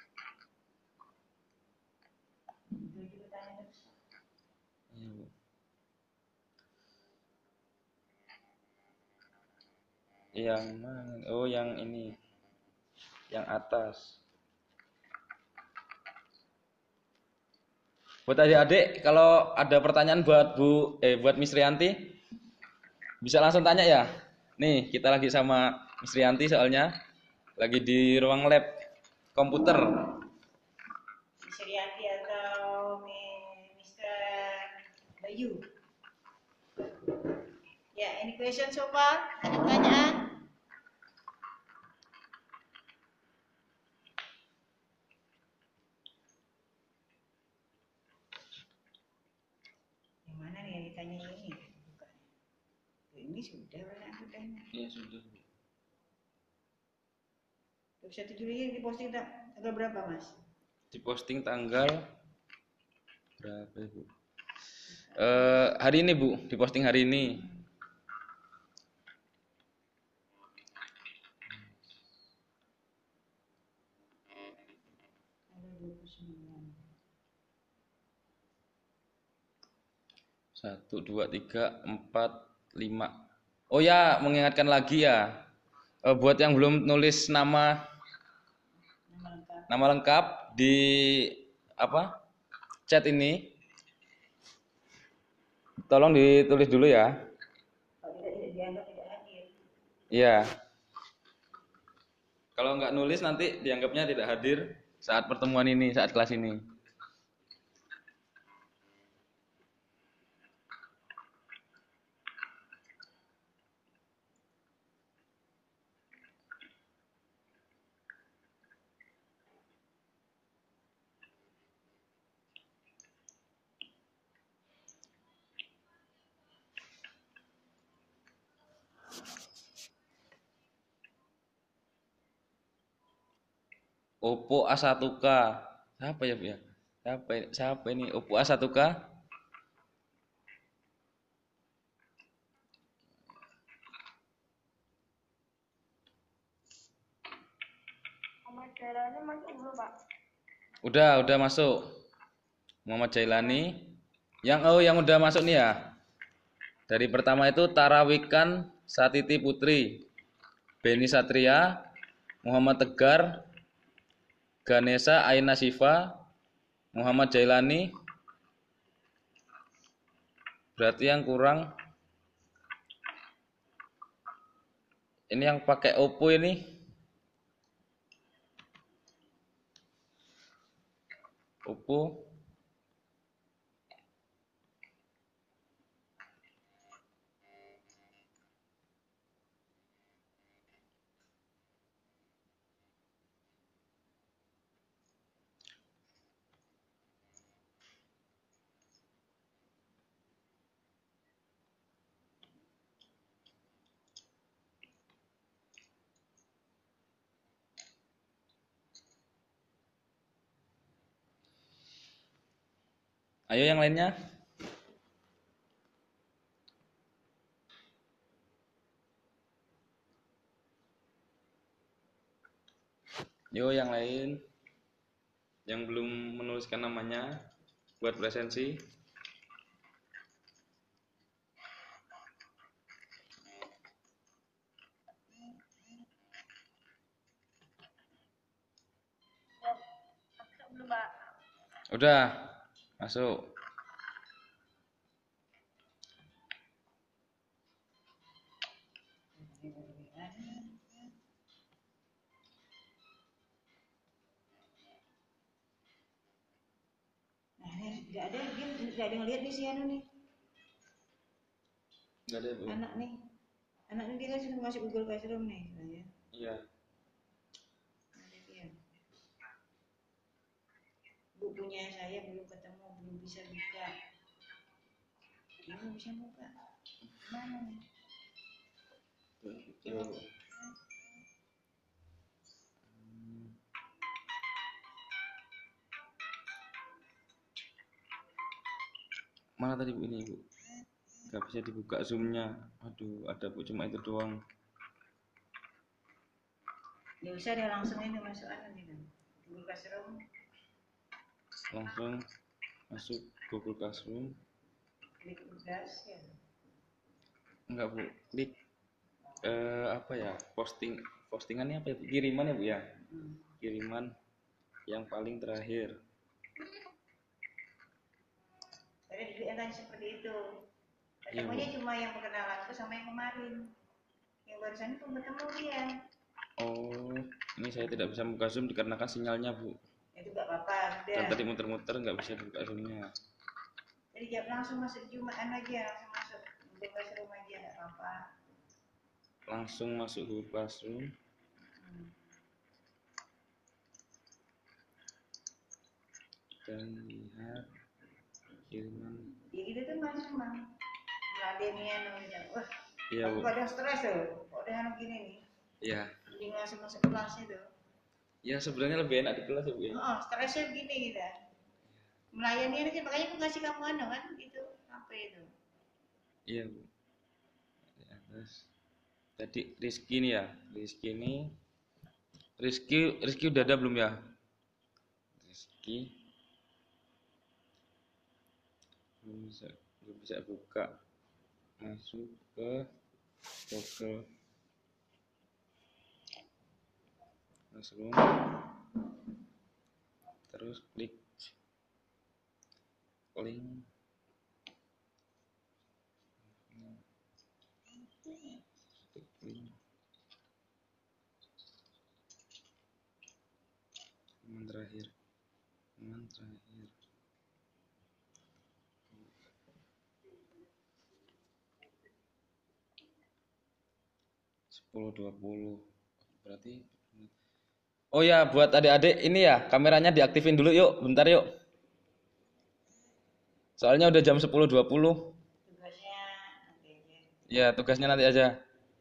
Yang mana? Oh, yang ini. Yang atas. Buat adik-adik, kalau ada pertanyaan buat buat Miss Rianti, bisa langsung tanya ya. Nih, kita lagi sama Miss Rianti soalnya lagi di ruang lab komputer. Miss Rianti atau Mr. Bayu. Ya, any question so far? Ada pertanyaan? Yang mana nih yang ditanya ini? Bukan. Ini sudah bertanya. Iya, sudah. 21 Juli diposting tanggal berapa, Mas? Diposting tanggal berapa, Bu? Hari ini, Bu. Diposting hari ini. Tanggal 29. 1, 2, 3, 4, 5. Oh ya, mengingatkan lagi ya. Buat yang belum nulis nama lengkap di chat ini, tolong ditulis dulu ya. Kalau tidak dianggap tidak hadir. Iya. Kalau nggak nulis nanti dianggapnya tidak hadir saat pertemuan ini, saat kelas ini. Oppo A1K. Siapa ya, Bu ya? Siapa ini? Oppo A1K? Muhammad Jailani masuk dulu, Pak. Udah masuk. Muhammad Jailani. Yang udah masuk nih ya. Dari pertama itu Tarawikan Satiti Putri, Beni Satria, Muhammad Tegar, Ganesha Aina Siva, Muhammad Jailani. Berarti yang kurang ini yang pakai Oppo ini. Oppo. Ayo yang lainnya. Yo yang lain yang belum menuliskan namanya buat presensi. Masuk dulu, Pak. Udah masuk. Nah, ini tidak ada ngelihat nih si Anu nih. Enggak ada, Bu. Anak nih dia sudah masuk Google Classroom nih, ya. Iya. Ada dia. Bukunya saya belum ketemu, belum bisa buka. Dia belum bisa buka. Mana nih? Mana tadi, Bu, ini, Bu? Gak bisa dibuka zoomnya. Aduh, ada, Bu, cuma itu doang. Ya usah dia langsung ini masuk nih kan. Google Classroom. Langsung masuk Google Classroom. Klik tugas ya. Enggak, Bu. Klik apa ya? Postingannya apa ya, Bu? Kiriman ya, Bu ya? Kiriman yang paling terakhir. Saya dilihat seperti itu. Iya, Bu. Ketemunya cuma yang perkenalanku sama yang kemarin. Yang barusan itu ketemu dia. Oh, ini saya tidak bisa buka Zoom dikarenakan sinyalnya, Bu. Itu gak apa-apa, Dan udah. tadi muter-muter nggak bisa buka Zoom-nya. Jadi langsung masuk Jumaan aja, langsung masuk Google Classroom aja, gak apa-apa. Langsung masuk Google Classroom. Dan lihat kiriman. Ya gitu tuh mas memang meladenian udah. Wah, Iya, aku Bu. kadang stres tuh, kok udah anak gini nih. Iya. Jadi langsung masuk kelas itu. Ya sebenarnya lebih enak di kelas ya, Bu ya. Oh, stresnya begini gitu. Melayani aja, makanya aku kasih kamu kan gitu, apa itu? Iya, Bu. Di atas. Tadi Rizky nih ya. Rizky udah ada belum ya? Rizky belum bisa buka. Masuk ke Google Classroom. Terus klik link. Teman terakhir 10.20 berarti. Oh ya, buat adik-adik ini ya, kameranya diaktifin dulu yuk, bentar yuk. Soalnya udah jam 10.20. Tugasnya nanti aja. Ya, tugasnya nanti aja.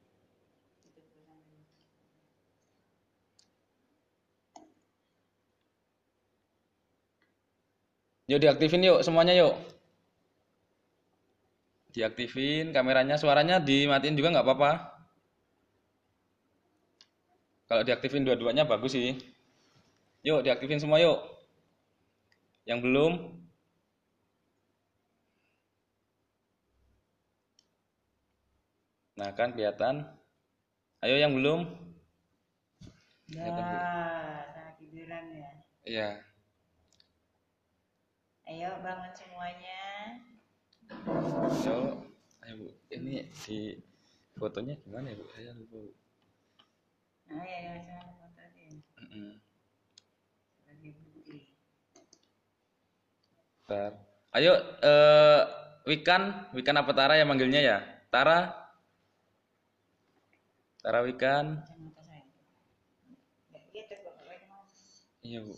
Yuk diaktifin yuk semuanya yuk. Diaktifin kameranya, suaranya dimatiin juga nggak apa-apa. Kalau diaktifin dua-duanya bagus sih. Yuk diaktifin semua yuk. Yang belum? Nah kan kelihatan. Ayo yang belum? Nah, sana tiduran ya. Iya. Ayo bangun semuanya. Ayo Bu. Ini di fotonya gimana ya Bu? Saya lupa Bu. Nah, ya sama foto dia. Sebagai bukti. Bentar. Ayo Wikan apa Tara yang manggilnya ya? Tara Wikan. Kacamata saya. Ya, gitu kok pakai mas. Iya Bu.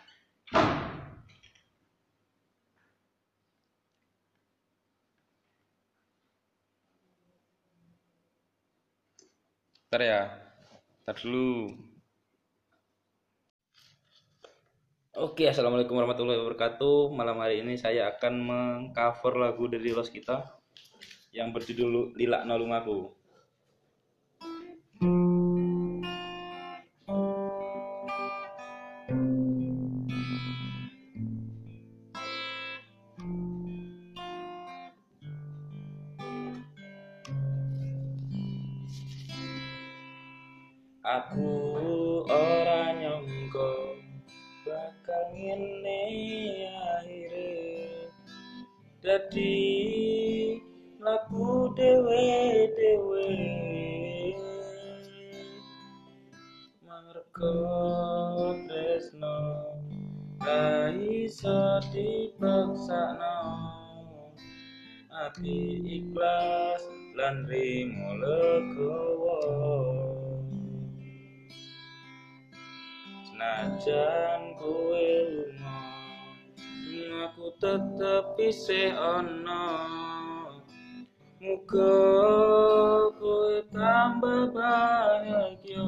Bentar ya. Bentar dulu. Oke, assalamualaikum warahmatullahi wabarakatuh. Malam hari ini saya akan mengcover lagu dari Los kita yang berjudul Lila No Lumaku. Aku ora nyangka bakal ngene akhire dadi laku dewe marga tresno ra iso dipaksakno ati ikhlas lan rimo legowo senajan kowe lunga aku tetep isih ana muga kowe tambah bahagia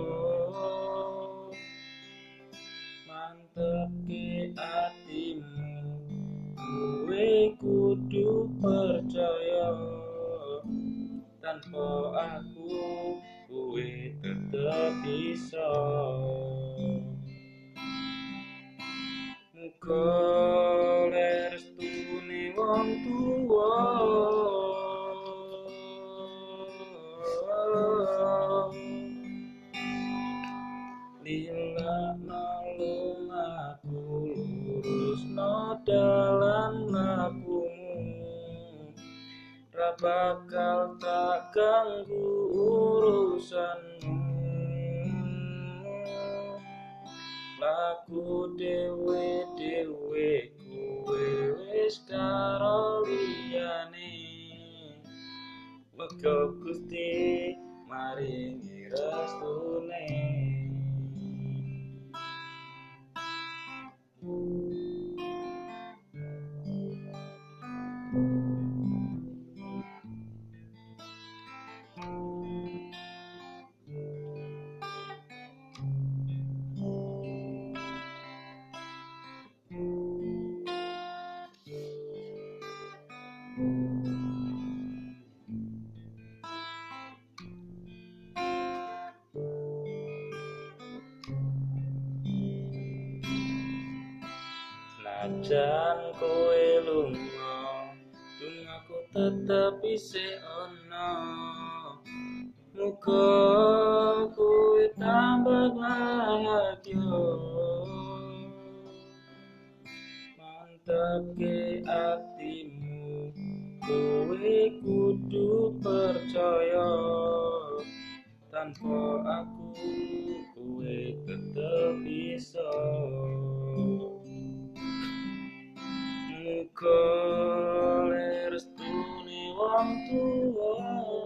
mantep ke atimu kowe kudu percaya tanpa aku kowe tetep bisa muga restune wong tuwa lila nalung aku lurusno dalan lakumu bakal tak ganggu urusanmu. Laku dewe kowe wis karo liyane. Muga Gusti maringi restune. Najan kowe lunga, dungaku tetep isih ana. Muga kowe tambah bahagia. Mantap ke atimu, kowe kudu percaya. Tanpa aku kowe tetep bisa. Muga restune wong tuwa.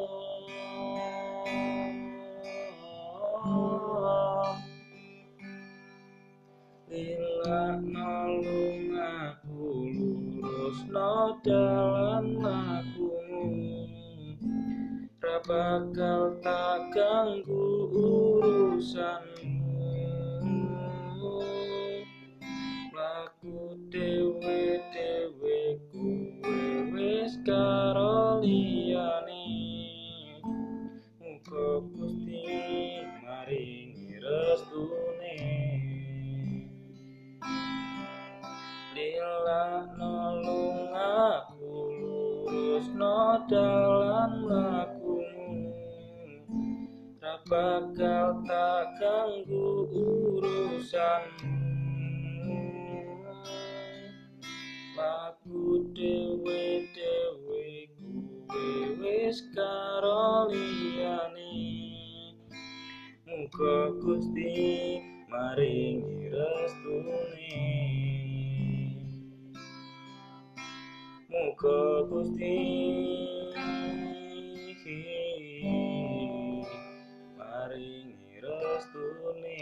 Lila nulung aku lurusno dalan lakumu. Ra bakal tak ganggu urusanmu. Laku dewe kowe wis karo liyane. Muga Gusti maringi restune. Lila nulung aku lurusno dalan lakumu. Ra bakal tak ganggu urusanmu. Laku dewe kowe wis karo liyane. Muga Gusti maringi restune. Muga Gusti maringi restune.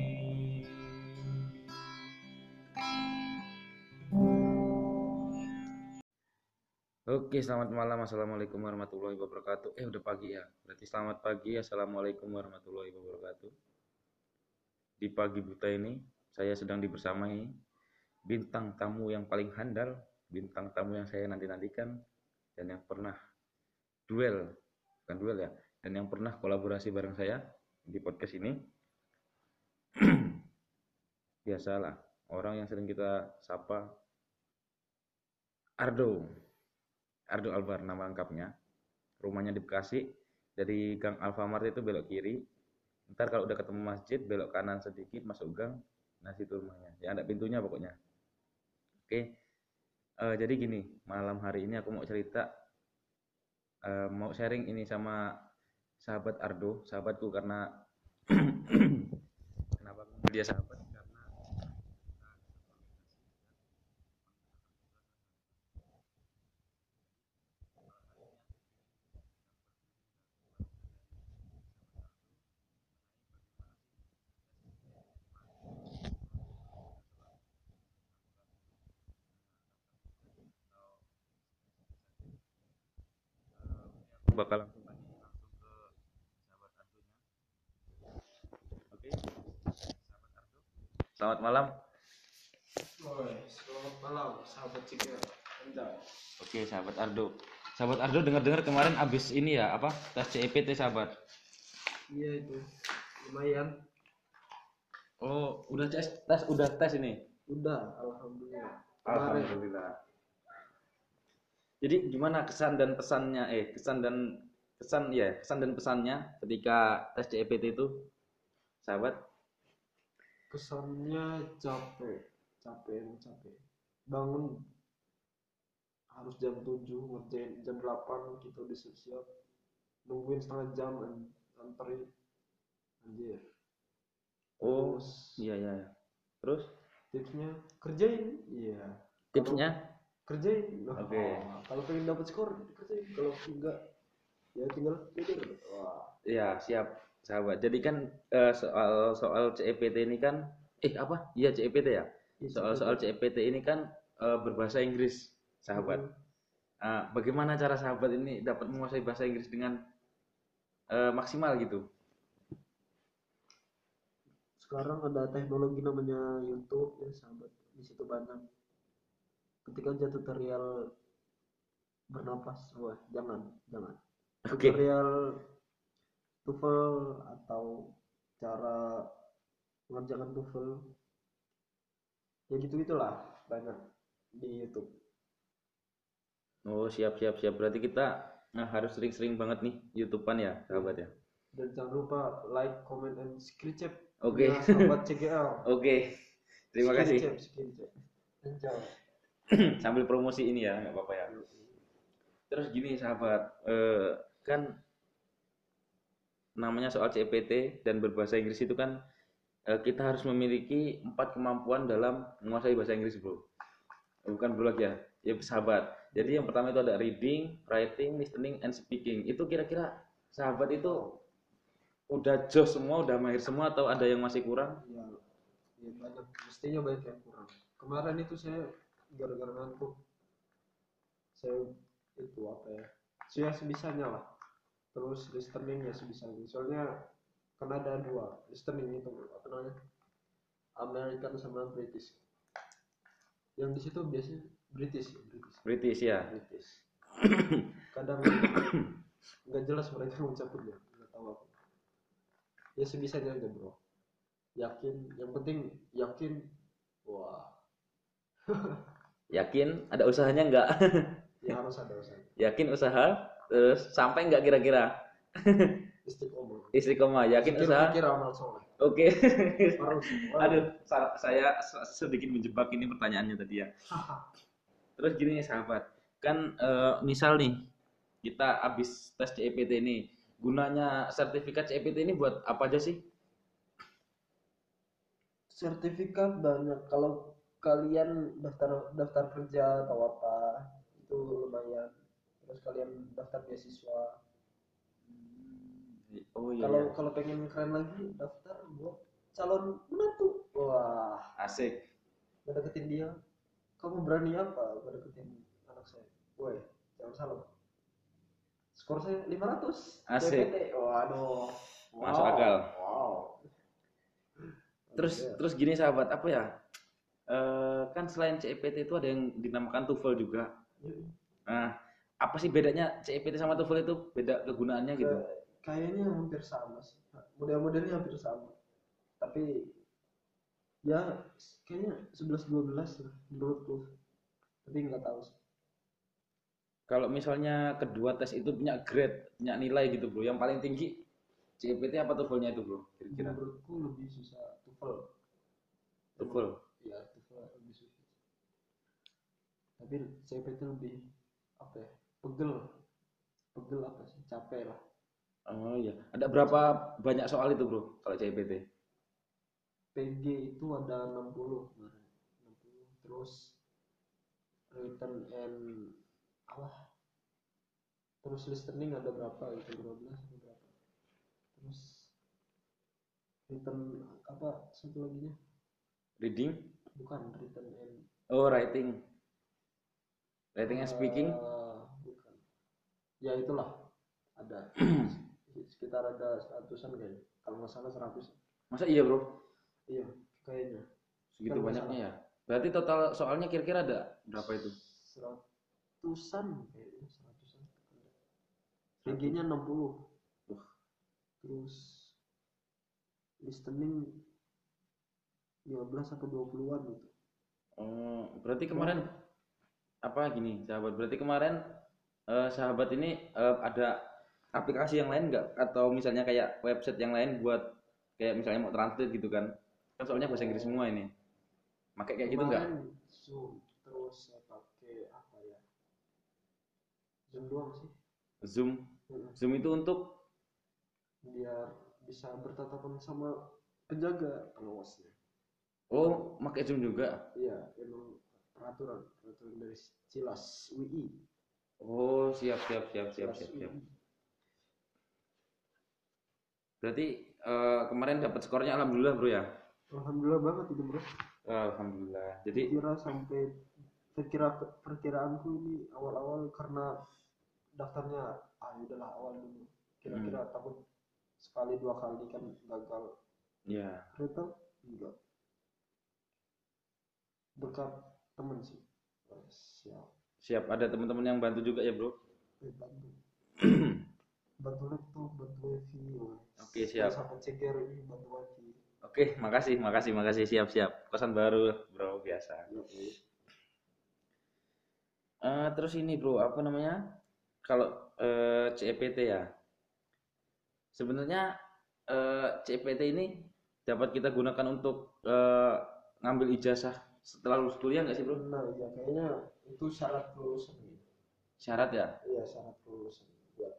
Oke, selamat malam. Assalamualaikum warahmatullahi wabarakatuh. Udah pagi ya. Berarti selamat pagi. Assalamualaikum warahmatullahi wabarakatuh. Di pagi buta ini, saya sedang dibersamai bintang tamu yang paling handal, bintang tamu yang saya nanti-nantikan, dan yang pernah bukan duel ya, dan yang pernah kolaborasi bareng saya di podcast ini. Biasalah, orang yang sering kita sapa Ardo Albar nama lengkapnya. Rumahnya di Bekasi. Dari Gang Alfamart itu belok kiri. Ntar kalau udah ketemu masjid belok kanan sedikit masuk gang. Nah situ rumahnya. Ya ada pintunya pokoknya. Oke. Jadi gini, malam hari ini aku mau cerita, mau sharing ini sama sahabat Ardo, sahabatku karena kenapa dia sahabat? Bakal langsung ke sahabat Ardonya. Oke. Sahabat Ardo. Selamat malam. Selamat malam, sahabat Cika. Oke, sahabat Ardo. Sahabat Ardo dengar-dengar kemarin abis ini ya, apa? Tes CEPT sahabat. Iya itu. Lumayan. Oh, udah tes ini. Udah, alhamdulillah. Kemarin. Alhamdulillah. Jadi gimana kesan dan pesannya kesan dan pesannya ketika tes CEPT itu, sahabat? Kesannya capek. Bangun harus jam 7 ngerjain, jam 8 kita udah siap-siap, nungguin setengah jam anterin, anjir. Oh, Terus iya iya. Terus tipsnya kerjain, iya. tipsnya? Kerjain. Oke. Kalau pengen dapat skor kerjain, kalau enggak ya tinggal tidur. Wah. Iya, siap, sahabat. Jadi kan soal CEPT ini kan apa? Iya, CEPT ya. Soal CEPT ini kan berbahasa Inggris, sahabat. Bagaimana cara sahabat ini dapat menguasai bahasa Inggris dengan maksimal gitu? Sekarang ada teknologi namanya YouTube ya sahabat, di situ banyak. Ketika aja tutorial bernapas, wah jangan. Oke. Tutorial TOEFL atau cara mengerjakan TOEFL, ya gitu-gitulah banyak di YouTube. Oh, siap. Berarti kita harus sering-sering banget nih YouTubean ya, sahabat ya. Dan jangan lupa like, comment, and subscribe. Oke. Ya, sahabat CGL. Oke. Terima kasih. Subscribe. Enjoy. Sambil promosi ini ya, nggak apa-apa ya. Terus gini sahabat, kan namanya soal CPT dan berbahasa Inggris itu kan kita harus memiliki 4 kemampuan dalam menguasai bahasa Inggris, bro. Bukan bro lagi ya sahabat. Jadi yang pertama itu ada reading, writing, listening, and speaking. Itu kira-kira sahabat itu udah jos semua, udah mahir semua atau ada yang masih kurang? Ya banyak, mestinya banyak yang kurang. Kemarin itu saya gara-gara ngantuk, saya itu apa ya, saya sebisanya lah. Terus listening ya sebisanya, soalnya kan ada dua listening itu apa namanya, American sama British. Yang di situ biasanya British ya. Kadang nggak jelas mereka ngucapinnya, nggak tahu apa. Ya sebisanya aja bro, yakin, yang penting yakin. Wah. Yakin ada usahanya nggak? Ya harus ada usaha. Yakin usaha, terus sampai nggak kira-kira? Istiqomah, yakin usaha. Oke. Aduh, saya sedikit menjebak ini pertanyaannya tadi ya. Terus gini nih sahabat, kan misal nih kita habis tes CEPT ini, gunanya sertifikat CEPT ini buat apa aja sih? Sertifikat banyak. Kalau kalian daftar kerja atau apa itu lumayan. Terus kalian daftar beasiswa. Oh iya. Kalau pengen keren lagi daftar buat calon menantu. Wah, asik. Ngedeketin dia. Kamu berani apa ngedeketin anak saya? Woi, jangan salah. Skor saya 500. Asik. CPT. Waduh. Masuk akal. Wow. Terus gini sahabat, apa ya? Kan selain CEPT itu ada yang dinamakan TOEFL juga. Nah, apa sih bedanya CEPT sama TOEFL itu? Beda kegunaannya gitu? Kayaknya hampir sama sih. Model-modelnya hampir sama. Tapi ya kayaknya 11-12 lah menurutku. Tapi nggak tahu sih. Kalau misalnya kedua tes itu punya grade, punya nilai gitu bro, yang paling tinggi CEPT apa TOEFL-nya itu bro? Kira-kira? Menurutku lebih susah TOEFL. Iya, TOEFL lebih susah. Tapi CEPT lebih apa ya? Pegel apa sih? Capek lah. Oh iya. Ada berapa banyak soal itu bro kalau CEPT? PG itu ada 60 kemarin. 60. Terus written and terus listening ada berapa itu, 12 atau berapa. Terus written apa satu laginya? Reading? Bukan, written and writing and speaking? Bukan. Ya itulah, ada sekitar ada 100-an kayaknya, kalau nggak salah 100. Masa iya bro? Iya kayaknya segitu banyaknya ya. Berarti total soalnya kira-kira ada berapa itu? 100-an kayaknya, 100-an. PG-nya 60. Terus listening 15 atau 20-an gitu. Berarti kemarin apa gini sahabat, berarti kemarin sahabat ini ada aplikasi yang lain nggak, atau misalnya kayak website yang lain buat kayak misalnya mau translate gitu kan soalnya bahasa Inggris semua ini, pakai kayak gitu nggak? Zoom, terus saya pakai apa ya, Zoom doang sih. Zoom. Mm-mm. Zoom itu untuk Biar bisa bertatapan sama penjaga pengawasnya. pakai Zoom juga. Iya, emang peraturan dari Cilas UI. Oh, siap. Cilas UI. Berarti kemarin dapat skornya alhamdulillah, Bro ya. Alhamdulillah banget itu, Bro. Alhamdulillah. Jadi Perkiraanku ini awal-awal karena daftarnya udahlah awal dulu. Kira-kira takut sekali 2 kali kan gagal. ya, Ternyata enggak. Berkat temen sih. siap. Ada teman-teman yang bantu juga ya, Bro. Bantu. Bantu laptop, bantu wifi. Oke, siap. Sampai ceger ini bantu wifi. Oke, makasih. Siap. Kosan baru, Bro, biasa. Terus ini, Bro, apa namanya? Kalau CEPT ya. Sebenarnya CEPT ini dapat kita gunakan untuk ngambil ijazah setelah lulus kuliah nggak sih, Bro? Nah, ya kayaknya itu syarat kelulusan gitu. Syarat ya? Iya, syarat kelulusan buat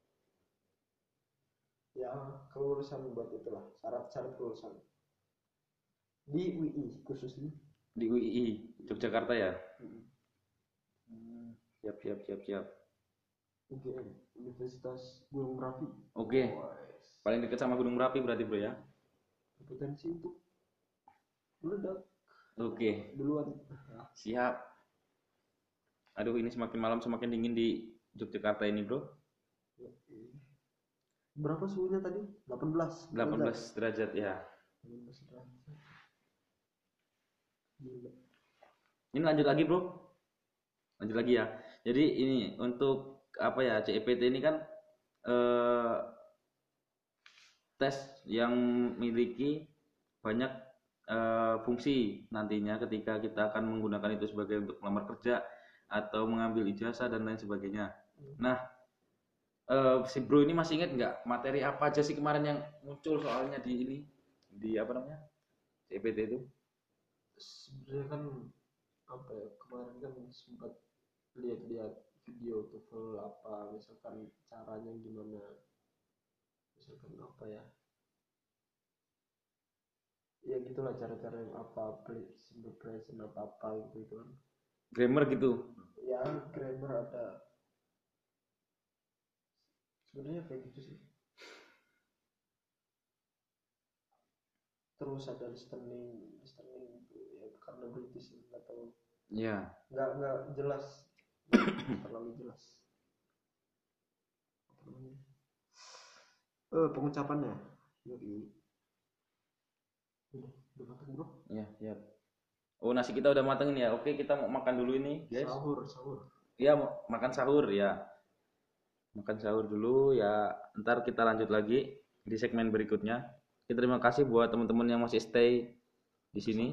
ya kelulusan buat itulah syarat kelulusan di UI khususnya. Di UII Yogyakarta ya? Mm-mm. Siap. UGM Universitas Gunung Merapi. Oke. Paling dekat sama Gunung Merapi berarti, Bro ya? Potensi untuk meledak Oke, duluan. siap. Aduh, ini semakin malam semakin dingin di Yogyakarta ini, Bro. Berapa suhunya tadi? 18 derajat ya. 18 derajat. Gila. Ini lanjut lagi, Bro. Lanjut lagi ya. Jadi ini untuk apa ya, CEPT ini kan tes yang memiliki banyak fungsi nantinya ketika kita akan menggunakan itu sebagai untuk melamar kerja atau mengambil ijazah dan lain sebagainya. Nah, si Bro ini masih ingat nggak materi apa aja sih kemarin yang muncul soalnya di apa namanya CEPT itu? Sebenarnya kan apa ya, kemarin kan sempat lihat video TOEFL apa, misalkan caranya gimana, misalkan apa ya gitulah cara-cara yang apa, simple present apa gitu kan, Grammar gitu. ya grammar ada, sebenarnya kayak gitu sih. Terus ada listening itu ya karena British nggak tahu, Ya. nggak jelas, terlalu jelas apa namanya, pengucapannya. Yoi. Udah matang, Bro. Ya, siap. Oh, nasi kita udah mateng ya. Oke, kita mau makan dulu ini, guys. Sahur. Iya, mau makan sahur ya. Makan sahur dulu ya. Ntar kita lanjut lagi di segmen berikutnya. Terima kasih buat teman-teman yang masih stay di sini.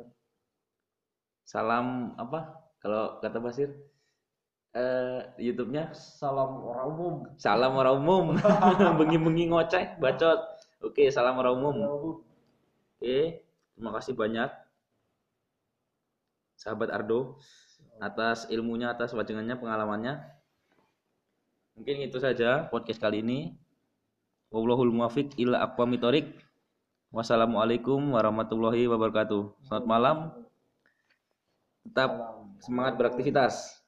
Salam apa? Kalau kata Basir, YouTube-nya Salam orang umum. salam orang umum. Bengi-bengi ngoceh, bacot. Oke, salam orang umum. Oke, terima kasih banyak sahabat Ardo atas ilmunya, atas wajangannya, pengalamannya. Mungkin itu saja podcast kali ini. Wallahul muwaffiq ila aqwamit thoriq. Wassalamualaikum warahmatullahi wabarakatuh. Selamat malam. Tetap semangat beraktivitas.